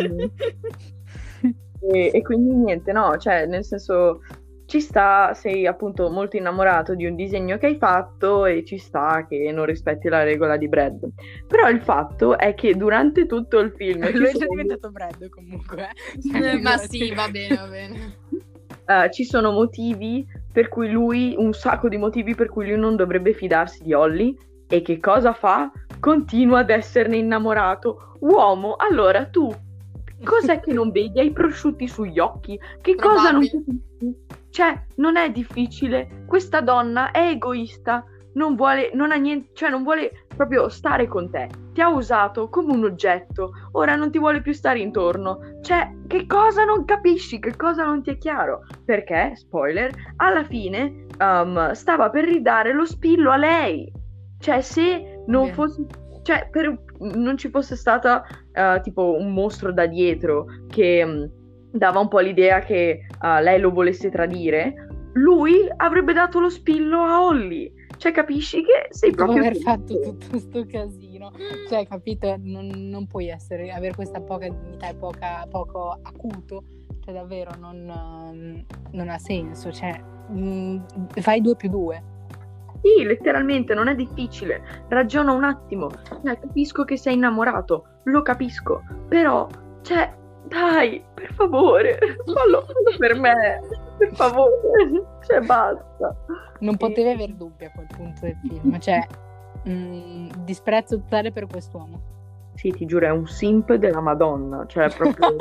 [SPEAKER 2] e, e quindi niente, no, cioè, nel senso, ci sta, sei appunto molto innamorato di un disegno che hai fatto e ci sta che non rispetti la regola di Brad. Però il fatto è che durante tutto il film... ci
[SPEAKER 1] Lui è già
[SPEAKER 2] sono-
[SPEAKER 1] diventato Brad comunque. eh.
[SPEAKER 3] Eh,
[SPEAKER 1] Cioè,
[SPEAKER 3] Ma
[SPEAKER 1] figurati.
[SPEAKER 3] sì, va bene, va bene.
[SPEAKER 2] eh, ci sono motivi per cui lui, un sacco di motivi per cui lui non dovrebbe fidarsi di Holly. E che cosa fa? Continua ad esserne innamorato. Uomo, allora tu Cos'è che non vedi? Hai i prosciutti sugli occhi? Che cosa non capisci? Cioè, non è difficile. Questa donna è egoista, non vuole, non ha niente, cioè non vuole proprio stare con te. Ti ha usato come un oggetto, ora non ti vuole più stare intorno. Cioè, che cosa non capisci? Che cosa non ti è chiaro? Perché, spoiler, alla fine um, stava per ridare lo spillo a lei. Cioè, se non
[SPEAKER 1] Beh.
[SPEAKER 2] fosse, cioè, per, non ci fosse stata uh, tipo un mostro da dietro che um, dava un po' l'idea che uh, lei lo volesse tradire, lui avrebbe dato lo spillo a Holly. Cioè, capisci che sei
[SPEAKER 1] Dopo
[SPEAKER 2] proprio...
[SPEAKER 1] aver fatto tutto sto casino, cioè, capito? Non, non puoi essere, avere questa poca dignità e poca, poco acuto, cioè davvero non, um, non ha senso, cioè mh, fai due più due.
[SPEAKER 2] Sì, letteralmente, non è difficile. Ragiona un attimo. Cioè, capisco che sei innamorato, lo capisco, però, cioè, dai, per favore, fallo, fallo per me, per favore, cioè, basta.
[SPEAKER 1] Non potevi aver dubbi a quel punto del film, cioè mh, disprezzo totale per quest'uomo.
[SPEAKER 2] Sì, ti giuro, è un simp della Madonna, cioè, proprio...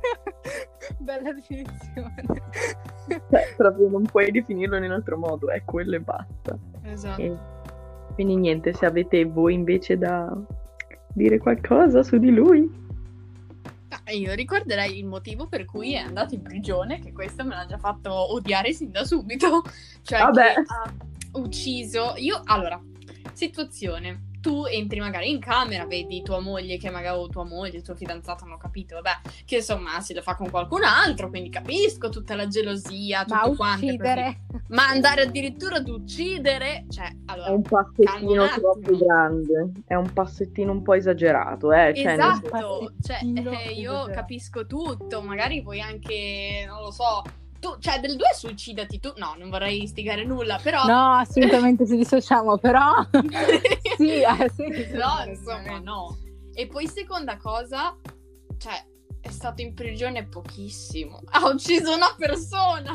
[SPEAKER 1] Bella definizione.
[SPEAKER 2] Cioè, proprio non puoi definirlo in un altro modo, è quello e basta.
[SPEAKER 3] Esatto.
[SPEAKER 2] E quindi niente, se avete voi invece da dire qualcosa su di lui.
[SPEAKER 3] Ah, io ricorderei il motivo per cui è andato in prigione, che questo me l'ha già fatto odiare sin da subito. Cioè
[SPEAKER 2] Vabbè.
[SPEAKER 3] che ha ucciso... Io, allora, situazione. Tu entri magari in camera, vedi tua moglie che magari o tua moglie, tuo fidanzato, non ho capito, vabbè, che insomma si lo fa con qualcun altro, quindi capisco tutta la gelosia, tutto
[SPEAKER 1] Ma
[SPEAKER 3] quanto. è
[SPEAKER 1] uccidere?
[SPEAKER 3] così. Ma andare addirittura ad uccidere, cioè, allora,
[SPEAKER 2] È un
[SPEAKER 3] calma un
[SPEAKER 2] passettino
[SPEAKER 3] attimo.
[SPEAKER 2] troppo grande, è un passettino un po' esagerato, eh. Cioè, nel senso-
[SPEAKER 3] Esatto, cioè,
[SPEAKER 1] Passettino
[SPEAKER 3] eh, io
[SPEAKER 1] esagerato.
[SPEAKER 3] capisco tutto, magari vuoi anche, non lo so, tu, cioè del due suicidati tu, no, non vorrei istigare nulla, però...
[SPEAKER 1] No, assolutamente ci dissociamo, però sì, ha senso.
[SPEAKER 3] No, insomma, no. E poi seconda cosa, cioè, è stato in prigione pochissimo, ha ucciso una persona,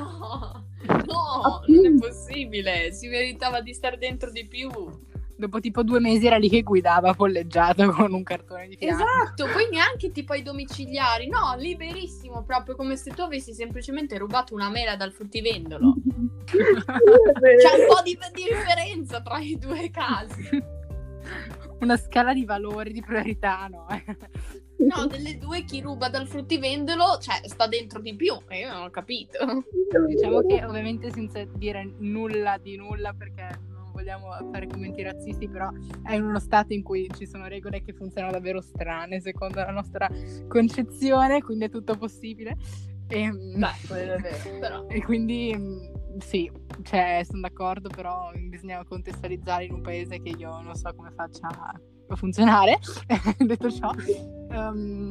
[SPEAKER 3] no, non è possibile, si meritava di stare dentro di più.
[SPEAKER 1] Dopo tipo due mesi era lì che guidava polleggiato con un cartone di fianco.
[SPEAKER 3] Esatto, poi neanche tipo ai domiciliari, no, liberissimo, proprio come se tu avessi semplicemente rubato una mela dal fruttivendolo. C'è un po' di, di differenza tra i due casi.
[SPEAKER 1] Una scala di valori, di priorità, no?
[SPEAKER 3] No, delle due chi ruba dal fruttivendolo, cioè, sta dentro di più, e io non ho capito.
[SPEAKER 1] Diciamo che ovviamente senza dire nulla di nulla, perché non vogliamo fare commenti razzisti, però è in uno stato in cui ci sono regole che funzionano davvero strane secondo la nostra concezione, quindi è tutto possibile. E,
[SPEAKER 3] Beh, quello è vero, però.
[SPEAKER 1] e quindi mh, sì, cioè sono d'accordo, però bisogna contestualizzare in un paese che io non so come faccia a funzionare. Detto ciò, um,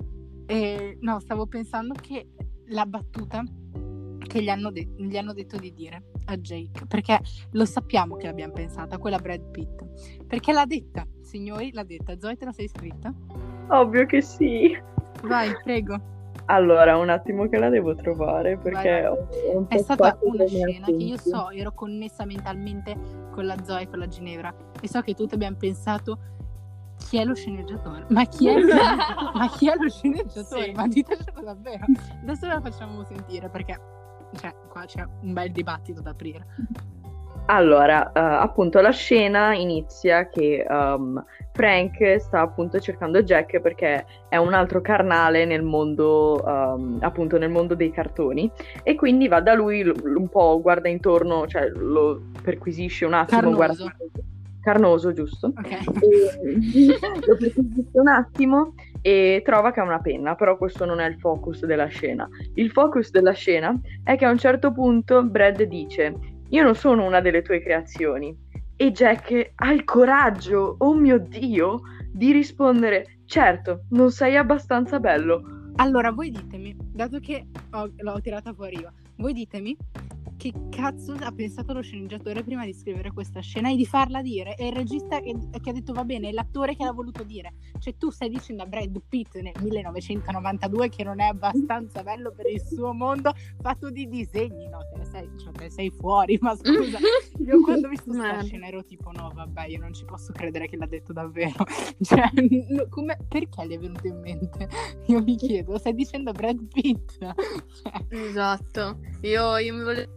[SPEAKER 1] e, no, stavo pensando che la battuta che gli hanno, de- gli hanno detto di dire a Jake, perché lo sappiamo che l'abbiamo pensata, quella Brad Pitt, perché l'ha detta, signori, l'ha detta. Zoe, te la sei scritta?
[SPEAKER 2] Ovvio che sì.
[SPEAKER 1] Vai, prego.
[SPEAKER 2] Allora, un attimo che la devo trovare, perché
[SPEAKER 1] Vai, vai.
[SPEAKER 2] ho ho un po'
[SPEAKER 1] È stata
[SPEAKER 2] fatto
[SPEAKER 1] una
[SPEAKER 2] dei miei
[SPEAKER 1] scena che io
[SPEAKER 2] appunti.
[SPEAKER 1] so, ero connessa mentalmente con la Zoe, con la Ginevra, e so che tutti abbiamo pensato: chi è lo sceneggiatore? Ma chi è lo sceneggiatore? Ma chi è lo sceneggiatore?
[SPEAKER 3] Sì.
[SPEAKER 1] Ma ditecelo davvero. Adesso la facciamo sentire, perché cioè, qua c'è un bel dibattito da aprire.
[SPEAKER 2] Allora, eh, appunto, la scena inizia che um, Frank sta appunto cercando Jack perché è un altro carnale nel mondo, um, appunto nel mondo dei cartoni, e quindi va da lui, lo- un po' guarda intorno, cioè lo perquisisce un attimo,
[SPEAKER 1] Carnoso.
[SPEAKER 2] guarda... Carnoso, giusto?
[SPEAKER 1] Ok.
[SPEAKER 2] E lo perquisisce un attimo e trova che ha una penna, però questo non è il focus della scena. Il focus della scena è che a un certo punto Brad dice: io non sono una delle tue creazioni, e Jack ha il coraggio, oh mio Dio, di rispondere: certo, non sei abbastanza bello.
[SPEAKER 1] Allora, voi ditemi, dato che ho- l'ho tirata fuori io, voi ditemi che cazzo ha pensato lo sceneggiatore prima di scrivere questa scena e di farla dire? È il regista che, che ha detto va bene, è l'attore che l'ha voluto dire. Cioè tu stai dicendo a Brad Pitt nel millenovecentonovantadue che non è abbastanza bello per il suo mondo fatto di disegni, no te sei, cioè, te sei fuori, ma scusa, io quando ho visto questa scena ero tipo no vabbè, io non ci posso credere che l'ha detto davvero, cioè no, come, perché le è venuto in mente? Io mi chiedo, stai dicendo Brad Pitt? Cioè.
[SPEAKER 3] Esatto, io, io mi volevo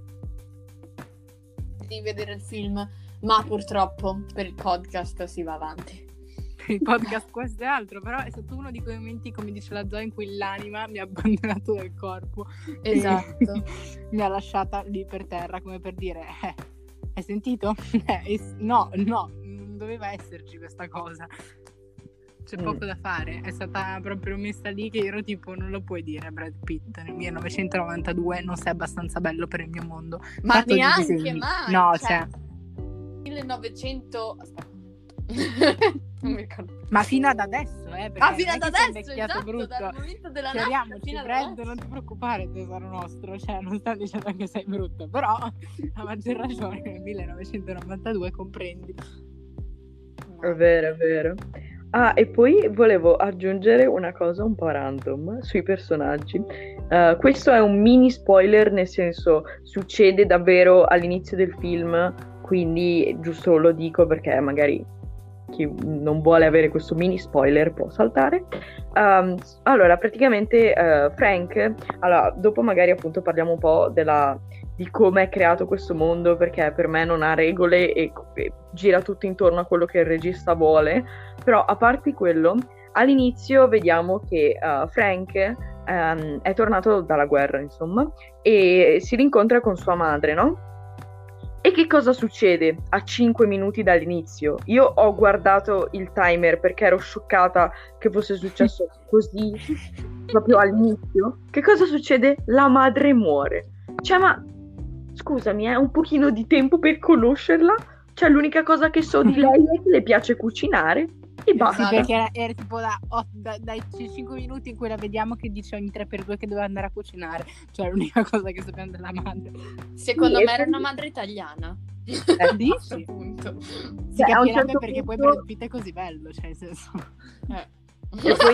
[SPEAKER 3] di vedere il film, ma purtroppo per il podcast si va avanti.
[SPEAKER 1] Il podcast questo è altro, però è stato uno di quei momenti, come dice la Zoe, in cui l'anima mi ha abbandonato dal corpo.
[SPEAKER 3] Esatto.
[SPEAKER 1] Mi ha lasciata lì per terra, come per dire, eh, hai sentito? Eh, no, no, non doveva esserci questa cosa. C'è mm. poco da fare, è stata proprio messa lì che io ero tipo, non lo puoi dire Brad Pitt nel millenovecentonovantadue non sei abbastanza bello per il mio mondo.
[SPEAKER 3] Ma
[SPEAKER 1] Fatto
[SPEAKER 3] neanche mai!
[SPEAKER 1] No,
[SPEAKER 3] cioè...
[SPEAKER 1] cioè...
[SPEAKER 3] millenovecento... Aspetta. Non mi ricordo.
[SPEAKER 1] Ma fino ad adesso, eh?
[SPEAKER 3] Ah, fino ad adesso,
[SPEAKER 1] esatto, brutto.
[SPEAKER 3] Dal momento della
[SPEAKER 1] Chiariamoci,
[SPEAKER 3] nascita,
[SPEAKER 1] Brad, non ti preoccupare, tesoro nostro, cioè non sto dicendo che sei brutto, però a maggior ragione nel millenovecentonovantadue comprendi.
[SPEAKER 2] È vero, è vero. Ah, e poi volevo aggiungere una cosa un po' random sui personaggi. Uh, questo è un mini spoiler, nel senso succede davvero all'inizio del film, quindi giusto lo dico perché magari chi non vuole avere questo mini spoiler può saltare. Um, allora, praticamente uh, Frank, allora, dopo magari appunto parliamo un po' della, di come è creato questo mondo, perché per me non ha regole e, e gira tutto intorno a quello che il regista vuole, però a parte quello, all'inizio vediamo che uh, Frank um, è tornato dalla guerra, insomma, e si rincontra con sua madre, no? E che cosa succede a cinque minuti dall'inizio? Io ho guardato il timer perché ero scioccata che fosse successo così proprio all'inizio. Che cosa succede? La madre muore. Cioè, ma scusami, è eh, un pochino di tempo per conoscerla? Cioè, l'unica cosa che so di lei è che le piace cucinare e basta.
[SPEAKER 1] Sì, perché era, era tipo da, oh, da, dai cinque minuti in cui la vediamo che dice ogni tre per due che doveva andare a cucinare. Cioè l'unica cosa che sappiamo della madre.
[SPEAKER 3] Secondo
[SPEAKER 2] sì,
[SPEAKER 3] me era una madre italiana.
[SPEAKER 1] Eh, dici?
[SPEAKER 3] Punto.
[SPEAKER 1] Si
[SPEAKER 2] Beh,
[SPEAKER 1] capirebbe
[SPEAKER 2] certo
[SPEAKER 1] perché
[SPEAKER 2] punto...
[SPEAKER 1] poi Brad Pitt è così bello, cioè nel senso...
[SPEAKER 3] Eh.
[SPEAKER 2] E poi,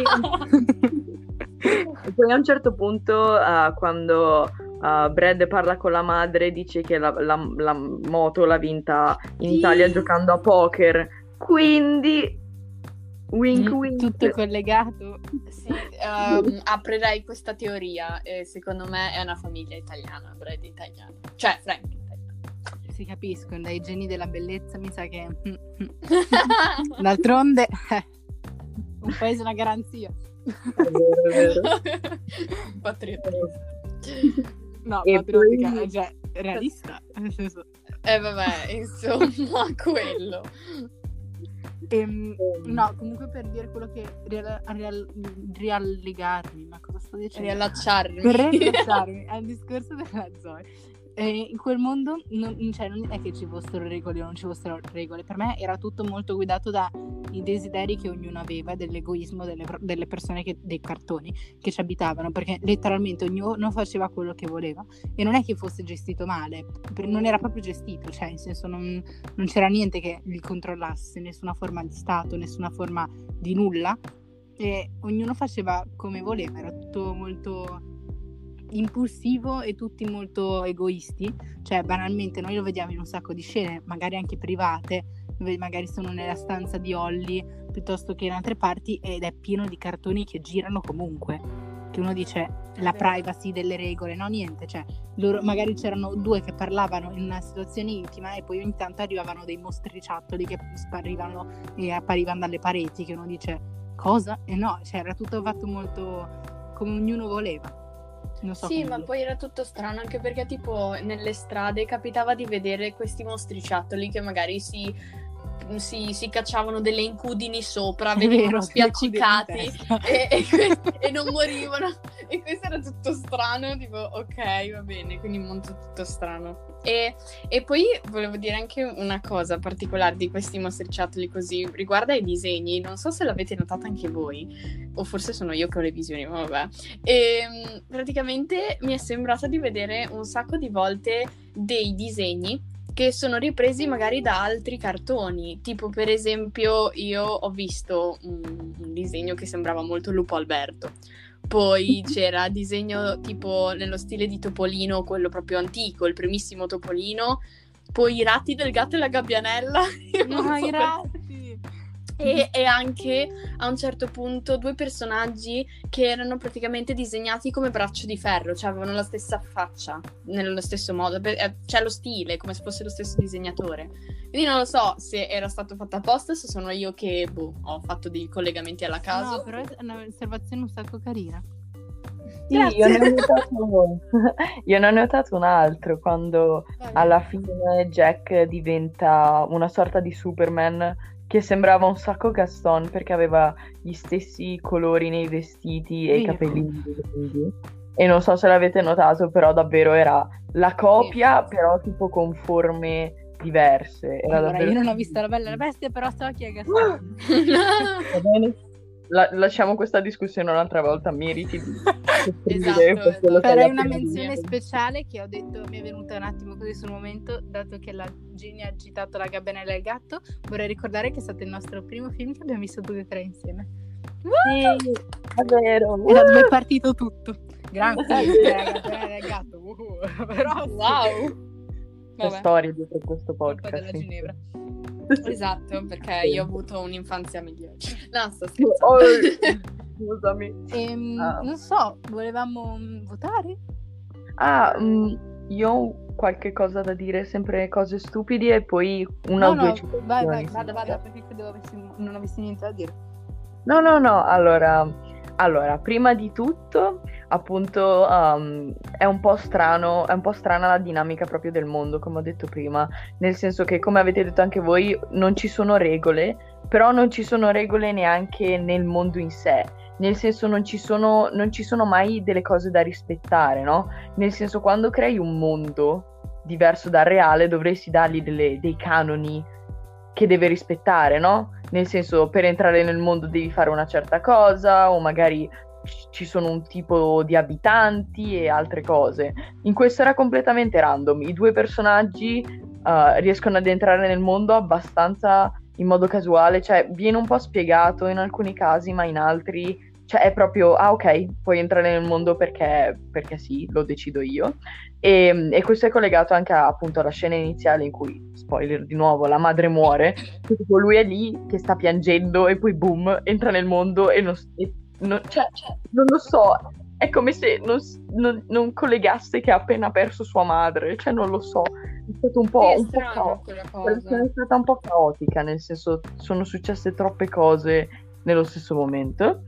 [SPEAKER 2] e poi a un certo punto uh, quando uh, Brad parla con la madre dice che la, la, la moto l'ha vinta in sì. Italia giocando a poker, quindi wink wink,
[SPEAKER 1] tutto collegato.
[SPEAKER 3] Sì, um, aprirei questa teoria e secondo me è una famiglia italiana, Brad italiano, cioè Frank italiano.
[SPEAKER 1] Si capiscono, dai geni della bellezza mi sa che d'altronde un paese è una garanzia.
[SPEAKER 2] È vero, è vero.
[SPEAKER 3] Patriottismo.
[SPEAKER 1] No,
[SPEAKER 2] e
[SPEAKER 1] patriottica,
[SPEAKER 2] poi...
[SPEAKER 1] cioè realista, nel senso.
[SPEAKER 3] Eh vabbè, insomma, quello.
[SPEAKER 1] Ehm, no, comunque per dire quello che rial- rial- riallegarmi, ma cosa sto dicendo?
[SPEAKER 3] Riallacciarmi.
[SPEAKER 1] Per riallacciarmi al discorso della Zoe. Eh, in quel mondo non, cioè, non è che ci fossero regole o non ci fossero regole, per me era tutto molto guidato dai desideri che ognuno aveva, dell'egoismo delle, delle persone, che, dei cartoni che ci abitavano, perché letteralmente ognuno faceva quello che voleva e non è che fosse gestito male, non era proprio gestito, cioè in senso non, non c'era niente che li controllasse, nessuna forma di stato, nessuna forma di nulla, e ognuno faceva come voleva, era tutto molto impulsivo e tutti molto egoisti, cioè banalmente noi lo vediamo in un sacco di scene, magari anche private, dove magari sono nella stanza di Holly piuttosto che in altre parti, ed è pieno di cartoni che girano comunque, che uno dice la privacy delle regole, no niente, cioè loro magari c'erano due che parlavano in una situazione intima e poi ogni tanto arrivavano dei mostriciattoli che sparivano e apparivano dalle pareti, che uno dice cosa? E no, cioè era tutto fatto molto come ognuno voleva. Non so
[SPEAKER 3] sì,
[SPEAKER 1] come
[SPEAKER 3] ma
[SPEAKER 1] dire.
[SPEAKER 3] poi era tutto strano anche perché tipo nelle strade capitava di vedere questi mostriciattoli che magari si, si, si cacciavano delle incudini sopra, venivano spiaccicati e, e, que- e non morivano, e questo era tutto strano, tipo ok, va bene, quindi molto tutto strano. E, e poi volevo dire anche una cosa particolare di questi mostriciattoli così riguardo ai disegni, non so se l'avete notato anche voi o forse sono io che ho le visioni, ma vabbè. E praticamente mi è sembrato di vedere un sacco di volte dei disegni che sono ripresi magari da altri cartoni, tipo per esempio io ho visto un, un disegno che sembrava molto Lupo Alberto, Poi c'era disegno tipo nello stile di Topolino, quello proprio antico, il primissimo Topolino. Poi i ratti del gatto e la gabbianella. Io non
[SPEAKER 1] No,
[SPEAKER 3] so
[SPEAKER 1] i
[SPEAKER 3] per-
[SPEAKER 1] ratti!
[SPEAKER 3] E, e anche a un certo punto due personaggi che erano praticamente disegnati come Braccio di Ferro, cioè avevano la stessa faccia, nello stesso modo, per- eh, c'è lo stile, come se fosse lo stesso disegnatore. Quindi non lo so se era stato fatto apposta, se sono io che boh, ho fatto dei collegamenti alla caso.
[SPEAKER 1] No, però è un'osservazione un sacco carina.
[SPEAKER 2] Sì, io ne ho notato, io ne ho notato un altro quando
[SPEAKER 3] Vai.
[SPEAKER 2] alla fine Jack diventa una sorta di Superman che sembrava un sacco Gaston perché aveva gli stessi colori nei vestiti e i
[SPEAKER 1] Vero.
[SPEAKER 2] capelli lunghi. E non so se l'avete notato, però davvero era la copia, però tipo con forme diverse. Era
[SPEAKER 1] Allora,
[SPEAKER 2] davvero...
[SPEAKER 1] io non ho visto La Bella e la Bestia, però so chi è Gaston.
[SPEAKER 2] Va bene? La- lasciamo questa discussione un'altra volta, meriti di
[SPEAKER 3] Esatto,
[SPEAKER 2] per quello
[SPEAKER 3] esatto.
[SPEAKER 2] che
[SPEAKER 1] Farei
[SPEAKER 2] hai
[SPEAKER 1] una
[SPEAKER 2] appena
[SPEAKER 1] menzione
[SPEAKER 2] detto.
[SPEAKER 1] speciale che ho detto, mi è venuta un attimo così sul momento, dato che la Ginny ha citato La Gabbianella e il gatto, vorrei ricordare che è stato il nostro primo film che abbiamo visto tutti e tre insieme.
[SPEAKER 2] Sì, è vero.
[SPEAKER 1] E da dove è partito tutto. Gran film, eh, La Gabbianella e il gatto. Uh, però sì.
[SPEAKER 3] Wow.
[SPEAKER 2] C'è
[SPEAKER 3] Vabbè,
[SPEAKER 2] storia dietro questo
[SPEAKER 1] Colpa
[SPEAKER 2] podcast.
[SPEAKER 1] della
[SPEAKER 2] sì.
[SPEAKER 1] Ginevra.
[SPEAKER 3] esatto, perché
[SPEAKER 2] Sì.
[SPEAKER 3] io ho avuto un'infanzia migliore. No, sto scherzando.
[SPEAKER 2] Oh, scusami.
[SPEAKER 1] Ehm,
[SPEAKER 2] Ah.
[SPEAKER 1] Non so, volevamo mm, votare?
[SPEAKER 2] Ah, mm, io ho qualche cosa da dire, sempre cose stupidi e poi una
[SPEAKER 1] No,
[SPEAKER 2] o due
[SPEAKER 1] no,
[SPEAKER 2] citazioni.
[SPEAKER 1] vai, vai,
[SPEAKER 3] Vada, vada.
[SPEAKER 1] perché credevo avessi, non avessi niente da dire.
[SPEAKER 2] No, no, no, allora, allora, prima di tutto, appunto, um, è un po' strano, è un po' strana la dinamica proprio del mondo, come ho detto prima, nel senso che, come avete detto anche voi, non ci sono regole, però non ci sono regole neanche nel mondo in sé, nel senso non ci sono, non ci sono mai delle cose da rispettare, no? Nel senso, quando crei un mondo diverso dal reale, dovresti dargli delle- dei canoni che deve rispettare, no? Nel senso, per entrare nel mondo devi fare una certa cosa, o magari c- ci sono un tipo di abitanti e altre cose. In questo era completamente random. I due personaggi eh, riescono ad entrare nel mondo abbastanza in modo casuale, cioè viene un po' spiegato in alcuni casi, ma in altri, cioè è proprio, ah ok, puoi entrare nel mondo perché, perché sì, lo decido io. E, e questo è collegato anche a, appunto alla scena iniziale in cui, spoiler di nuovo, la madre muore, che tipo lui è lì che sta piangendo e poi boom, entra nel mondo e non, e non- cioè, non lo so, è come se non, s- non- non collegasse che ha appena perso sua madre, cioè non lo so, è stato un po',
[SPEAKER 3] Sì, è
[SPEAKER 2] un po'
[SPEAKER 3] strano
[SPEAKER 2] cao-
[SPEAKER 3] quella
[SPEAKER 2] la
[SPEAKER 3] cosa.
[SPEAKER 2] relazione è stata un po' caotica, nel senso sono successe troppe cose nello stesso momento.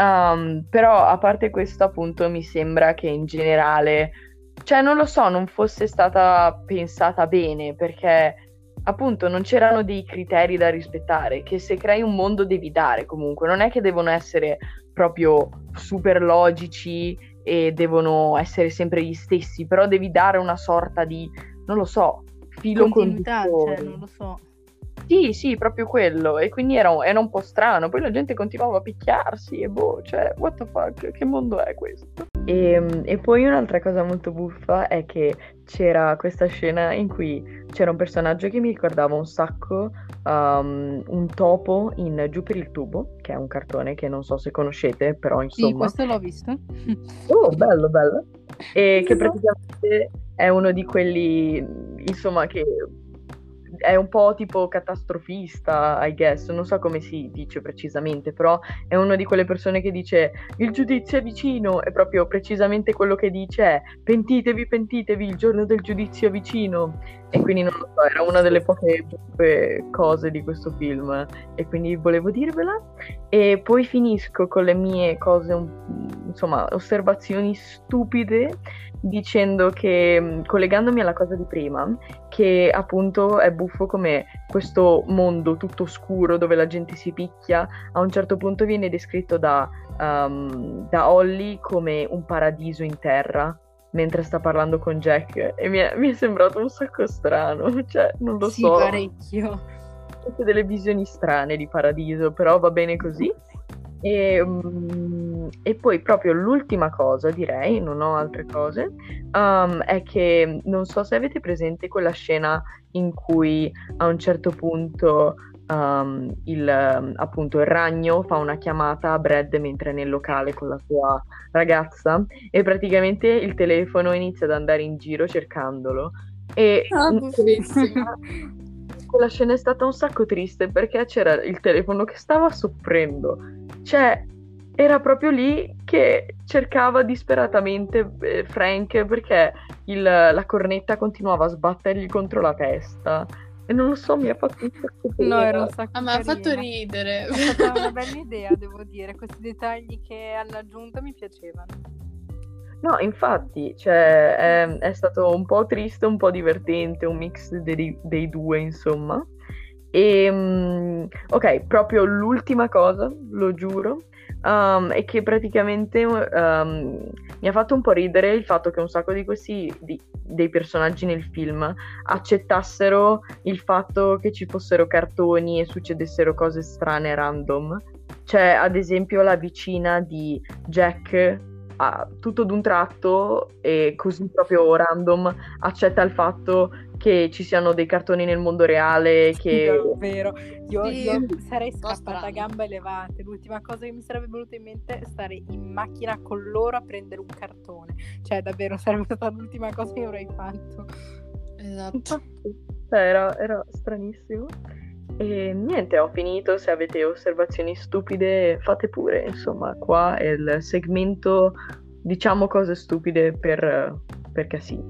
[SPEAKER 2] Um, però a parte questo, appunto, mi sembra che in generale, cioè non lo so, non fosse stata pensata bene, perché appunto non c'erano dei criteri da rispettare, che se crei un mondo devi dare comunque, non è che devono essere proprio super logici e devono essere sempre gli stessi, però devi dare una sorta di, non lo so, filo
[SPEAKER 1] Continuità,
[SPEAKER 2] conduttore.
[SPEAKER 1] cioè, non lo so.
[SPEAKER 2] Sì, sì, proprio quello. E quindi era, un- era un po' strano. Poi la gente continuava a picchiarsi e boh, cioè, what the fuck, che mondo è questo? E, e poi un'altra cosa molto buffa è che c'era questa scena in cui c'era un personaggio che mi ricordava un sacco um, un topo in Giù per il tubo, che è un cartone che non so se conoscete, però
[SPEAKER 1] Sì,
[SPEAKER 2] insomma...
[SPEAKER 1] questo l'ho visto.
[SPEAKER 2] Oh, bello, bello. E che praticamente è uno di quelli, insomma, che è un po' tipo catastrofista, I guess, non so come si dice precisamente, però è una di quelle persone che dice il giudizio è vicino, e proprio precisamente quello che dice è pentitevi, pentitevi, il giorno del giudizio è vicino. E quindi non lo so, era una delle poche, poche cose di questo film e quindi volevo dirvela. E poi finisco con le mie cose, un- insomma, osservazioni stupide, dicendo che, mh, collegandomi alla cosa di prima, che appunto è buffo come questo mondo tutto scuro dove la gente si picchia, a un certo punto viene descritto da, um, da Holly come un paradiso in terra, mentre sta parlando con Jack, e mi è, mi è sembrato un sacco strano, cioè non lo
[SPEAKER 1] Sì,
[SPEAKER 2] so,
[SPEAKER 1] parecchio.
[SPEAKER 2] tutte delle visioni strane di paradiso, però va bene così. E, mm, e poi proprio l'ultima cosa, direi, non ho altre cose, um, è che non so se avete presente quella scena in cui a un certo punto um, il, um, appunto il ragno fa una chiamata a Brad mentre è nel locale con la sua ragazza e praticamente il telefono inizia ad andare in giro cercandolo e
[SPEAKER 3] Ah, buffissimo.
[SPEAKER 2] quella scena è stata un sacco triste perché c'era il telefono che stava soffrendo, cioè era proprio lì che cercava disperatamente eh, Frank perché il- la cornetta continuava a sbattergli contro la testa e non lo so, mi ha fatto un sacco
[SPEAKER 1] No,
[SPEAKER 2] pena.
[SPEAKER 1] era un sacco
[SPEAKER 3] Ah, ma ha fatto
[SPEAKER 1] carina.
[SPEAKER 3] ridere.
[SPEAKER 1] È stata una bella idea, devo dire. Questi dettagli che hanno aggiunto mi piacevano.
[SPEAKER 2] No, infatti, cioè, è, è stato un po' triste, un po' divertente, un mix dei, dei due, insomma. E, mm, ok, proprio l'ultima cosa, lo giuro, um, è che praticamente um, mi ha fatto un po' ridere il fatto che un sacco di questi di- dei personaggi nel film accettassero il fatto che ci fossero cartoni e succedessero cose strane random. Cioè, ad esempio, la vicina di Jack a tutto d'un tratto e così proprio random accetta il fatto che ci siano dei cartoni nel mondo reale che
[SPEAKER 1] Davvero, io,
[SPEAKER 3] Sì,
[SPEAKER 1] io sarei
[SPEAKER 3] un po'
[SPEAKER 1] scappata a
[SPEAKER 3] strano.
[SPEAKER 1] gambe levate. L'ultima cosa che mi sarebbe venuta in mente è stare in macchina con loro a prendere un cartone. Cioè, davvero, sarebbe stata l'ultima cosa che avrei fatto.
[SPEAKER 3] Esatto.
[SPEAKER 2] cioè, era, era stranissimo. E niente, ho finito. Se avete osservazioni stupide, fate pure. Insomma, qua è il segmento, diciamo cose stupide per, perché sì.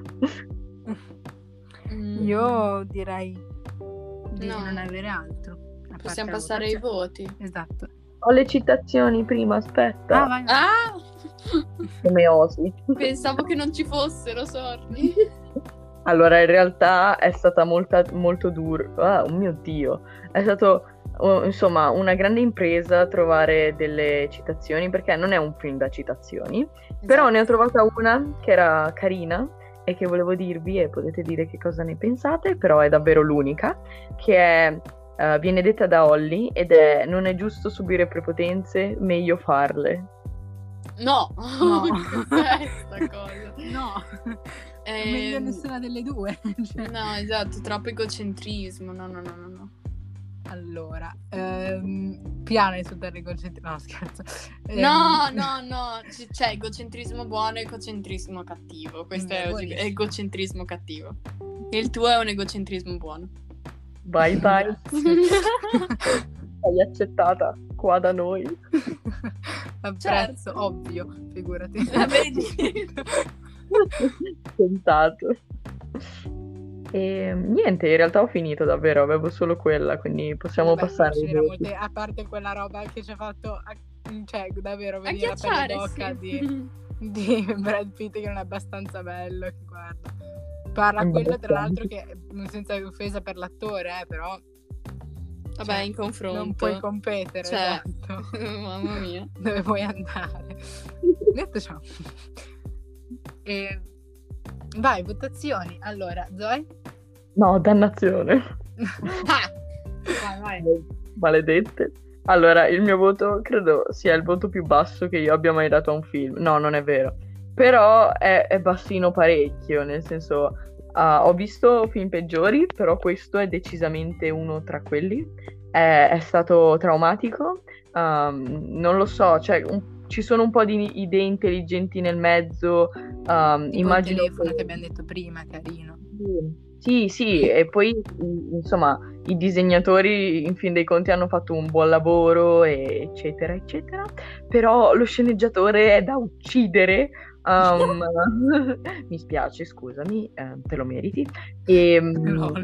[SPEAKER 3] Mm,
[SPEAKER 1] Io direi di
[SPEAKER 3] No.
[SPEAKER 1] non avere altro. a parte
[SPEAKER 3] Possiamo
[SPEAKER 1] la
[SPEAKER 3] passare ai
[SPEAKER 1] votazione.
[SPEAKER 3] voti.
[SPEAKER 1] Esatto.
[SPEAKER 2] Ho le citazioni prima, aspetta.
[SPEAKER 1] Ah, vai, vai.
[SPEAKER 3] Ah!
[SPEAKER 2] Come osi.
[SPEAKER 3] Pensavo che non ci fossero, sorry.
[SPEAKER 2] Allora, in realtà è stata molta, molto dura. Ah, oh mio Dio. È stato, oh, insomma, una grande impresa trovare delle citazioni, perché non è un film da citazioni. Però ne ho trovata una che era carina e che volevo dirvi, e potete dire che cosa ne pensate, però è davvero l'unica, che è, eh, viene detta da Holly ed è: non è giusto subire prepotenze, meglio farle.
[SPEAKER 3] No,
[SPEAKER 1] No.
[SPEAKER 3] cos'è sta cosa?
[SPEAKER 1] No,
[SPEAKER 3] Ehm,
[SPEAKER 1] meglio nessuna delle due. Cioè,
[SPEAKER 3] No, esatto, troppo egocentrismo. No, no, no, no, no.
[SPEAKER 1] allora, ehm, piano su l'egocentrismo. No, scherzo. Ehm,
[SPEAKER 3] No, no, no, c- c'è egocentrismo buono e egocentrismo cattivo. Questo
[SPEAKER 1] Mm,
[SPEAKER 3] è
[SPEAKER 1] buonissimo.
[SPEAKER 3] egocentrismo cattivo. Il tuo è un egocentrismo buono.
[SPEAKER 2] Vai, vai,
[SPEAKER 1] Grazie.
[SPEAKER 2] sei accettata qua da noi.
[SPEAKER 1] Apprezzo,
[SPEAKER 3] Certo.
[SPEAKER 1] ovvio, figurati.
[SPEAKER 3] La vedi?
[SPEAKER 2] Scontato. E niente, in realtà ho finito davvero, avevo solo quella, quindi possiamo
[SPEAKER 1] Vabbè,
[SPEAKER 2] passare
[SPEAKER 1] ce
[SPEAKER 2] ai
[SPEAKER 1] n'era
[SPEAKER 2] voti.
[SPEAKER 1] molte, a parte quella roba che ci ha fatto, a- cioè davvero
[SPEAKER 3] A
[SPEAKER 1] venire la pelle
[SPEAKER 3] ghiacciare,
[SPEAKER 1] d'oca
[SPEAKER 3] sì.
[SPEAKER 1] di, di Brad Pitt, che non è abbastanza bello, che guarda. Parla
[SPEAKER 2] Imbarazzante.
[SPEAKER 1] quello, tra l'altro, che senza offesa per l'attore, eh, però
[SPEAKER 3] Vabbè,
[SPEAKER 1] cioè,
[SPEAKER 3] in confronto.
[SPEAKER 1] non puoi competere,
[SPEAKER 3] Cioè,
[SPEAKER 1] esatto.
[SPEAKER 3] mamma mia.
[SPEAKER 1] Dove vuoi andare? Detto ciò. E... Vai, votazioni. Allora, Zoe?
[SPEAKER 2] No, dannazione.
[SPEAKER 3] Ah!
[SPEAKER 1] Vai, vai.
[SPEAKER 2] Maledette. Allora, il mio voto credo sia il voto più basso che io abbia mai dato a un film. No, non è vero. Però è, è bassino parecchio, nel senso, ah, ho visto film peggiori, però questo è decisamente uno tra quelli. È, è stato traumatico. Um, non lo so, cioè, un- ci sono un po' di idee intelligenti nel mezzo. Um,
[SPEAKER 1] Tipo
[SPEAKER 2] immagino
[SPEAKER 1] il telefono
[SPEAKER 2] che-
[SPEAKER 1] che abbiamo detto prima, carino.
[SPEAKER 2] Sì, sì, e poi i- insomma i disegnatori in fin dei conti hanno fatto un buon lavoro, e- eccetera, eccetera, però lo sceneggiatore è da uccidere. um, mi spiace, scusami, eh, te lo meriti. E,
[SPEAKER 1] Lol.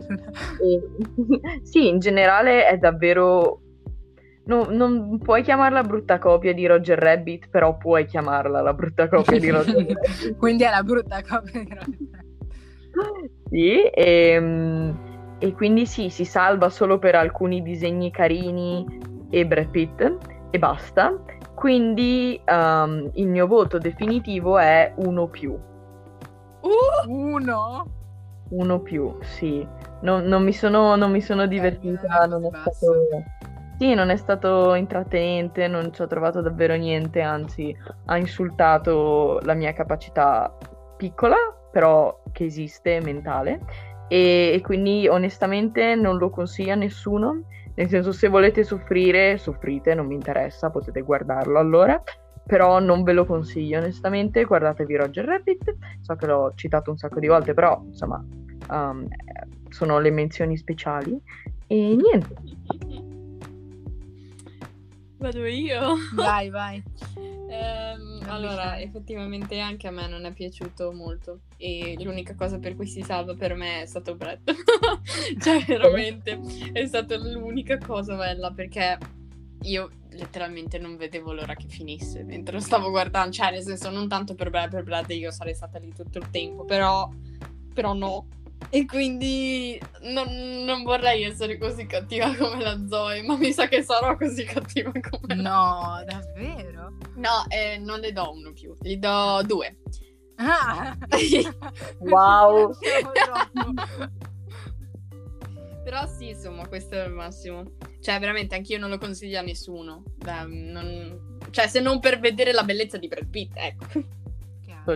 [SPEAKER 2] e- sì, in generale è davvero... no- non puoi chiamarla brutta copia di Roger Rabbit, però puoi chiamarla la brutta copia di Roger Rabbit.
[SPEAKER 1] Quindi è la brutta copia di Roger.
[SPEAKER 2] Sì, e, e quindi sì, si salva solo per alcuni disegni carini e Brad Pitt e basta. Quindi um, il mio voto definitivo è uno più.
[SPEAKER 3] Uh!
[SPEAKER 1] Uno?
[SPEAKER 2] Uno più, sì. Non, non mi sono, non mi sono divertita,
[SPEAKER 1] non è
[SPEAKER 2] non è
[SPEAKER 1] così basso.
[SPEAKER 2] stato... Sì, non è stato intrattenente, non ci ho trovato davvero niente, anzi ha insultato la mia capacità piccola, però che esiste, mentale, e, e quindi onestamente non lo consiglio a nessuno. Nel senso, se volete soffrire, soffrite, non mi interessa, potete guardarlo allora, però non ve lo consiglio onestamente. Guardatevi Roger Rabbit, so che l'ho citato un sacco di volte, però insomma um, sono le menzioni speciali e niente.
[SPEAKER 3] Vado io?
[SPEAKER 1] Vai, vai.
[SPEAKER 3] Ehm, allora, effettivamente anche a me non è piaciuto molto e l'unica cosa per cui si salva per me è stato Brett. Cioè, veramente, è stata l'unica cosa bella, perché io letteralmente non vedevo l'ora che finisse mentre lo stavo guardando, cioè, nel senso, non tanto per Brett, per Brett io sarei stata lì tutto il tempo, però, però no. E quindi non, non vorrei essere così cattiva come la Zoe, ma mi sa che sarò così cattiva come la
[SPEAKER 1] No, davvero?
[SPEAKER 3] No, eh, non le do uno più, gli do due.
[SPEAKER 1] Ah!
[SPEAKER 2] Wow.
[SPEAKER 3] Però sì, insomma, questo è il massimo. Cioè, veramente, anch'io non lo consiglio a nessuno. Da, non... Cioè, se non per vedere la bellezza di Brad Pitt, ecco.
[SPEAKER 1] Chiaro.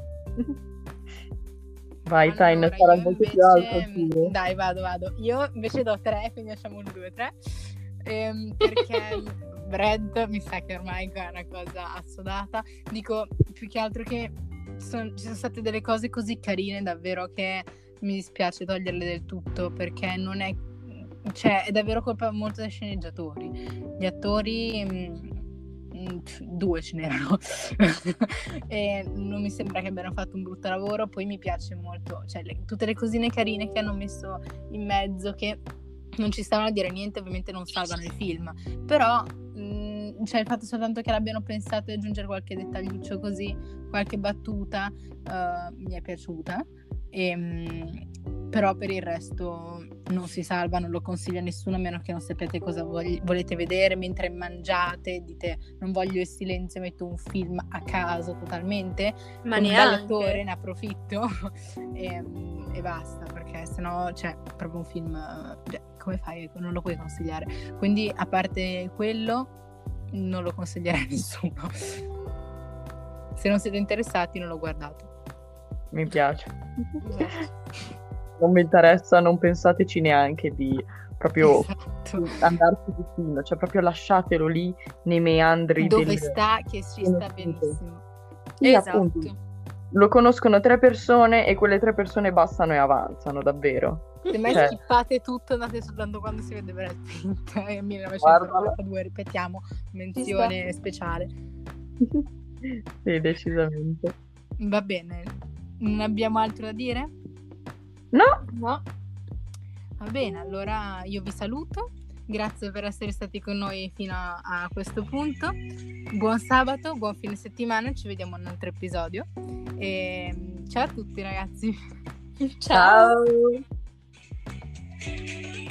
[SPEAKER 2] Vai,
[SPEAKER 1] Allora,
[SPEAKER 2] Tyne, sarà
[SPEAKER 1] io
[SPEAKER 2] molto più
[SPEAKER 1] invece-
[SPEAKER 2] alto. Sì.
[SPEAKER 1] Dai, vado, vado. Io invece do tre, quindi facciamo uno, due, tre. Ehm, perché Brad mi sa che ormai è una cosa assodata. Dico più che altro che son- ci sono state delle cose così carine davvero che mi dispiace toglierle del tutto, perché non è, cioè, è davvero colpa molto dei sceneggiatori. Gli attori mm, mm, due ce n'erano e non mi sembra che abbiano fatto un brutto lavoro. Poi mi piace molto, cioè, le- tutte le cosine carine che hanno messo in mezzo, che non ci stavano a dire niente, ovviamente non salvano il film, però mh, cioè, il fatto soltanto che l'abbiano pensato di aggiungere qualche dettagliuccio così, qualche battuta, eh, mi è piaciuta. E, mh, però per il resto non si salva, non lo consiglio a nessuno, a meno che non sappiate cosa vogli- volete vedere mentre mangiate, dite non voglio il silenzio, metto un film a caso totalmente,
[SPEAKER 3] Ma
[SPEAKER 1] con un
[SPEAKER 3] neanche.
[SPEAKER 1] ballettore, ne approfitto e, e basta, perché sennò c'è proprio un film, cioè, come fai? Non lo puoi consigliare. Quindi a parte quello non lo consiglierei a nessuno. Se non siete interessati non lo guardate.
[SPEAKER 2] Mi piace. Non mi interessa, non pensateci neanche di proprio
[SPEAKER 1] Esatto.
[SPEAKER 2] andarci vicino, cioè proprio lasciatelo lì nei meandri
[SPEAKER 1] Dove
[SPEAKER 2] del...
[SPEAKER 1] sta, che ci sta
[SPEAKER 2] Conosciuto.
[SPEAKER 1] benissimo.
[SPEAKER 2] Sì,
[SPEAKER 3] Esatto.
[SPEAKER 2] appunto. Lo conoscono tre persone e quelle tre persone bastano e avanzano, davvero.
[SPEAKER 1] Se mai
[SPEAKER 2] Cioè-
[SPEAKER 1] skippate tutto, andate soltanto quando si vede Brad Pitt. E millenovecentonovantadue, ripetiamo, menzione speciale.
[SPEAKER 2] Sì, decisamente.
[SPEAKER 1] Va bene, non abbiamo altro da dire?
[SPEAKER 2] No,
[SPEAKER 3] No.
[SPEAKER 1] Va bene, allora io vi saluto. Grazie per essere stati con noi fino a, a questo punto. Buon sabato, buon fine settimana, ci vediamo in un altro episodio. E ciao a tutti ragazzi.
[SPEAKER 3] Ciao.
[SPEAKER 2] ciao.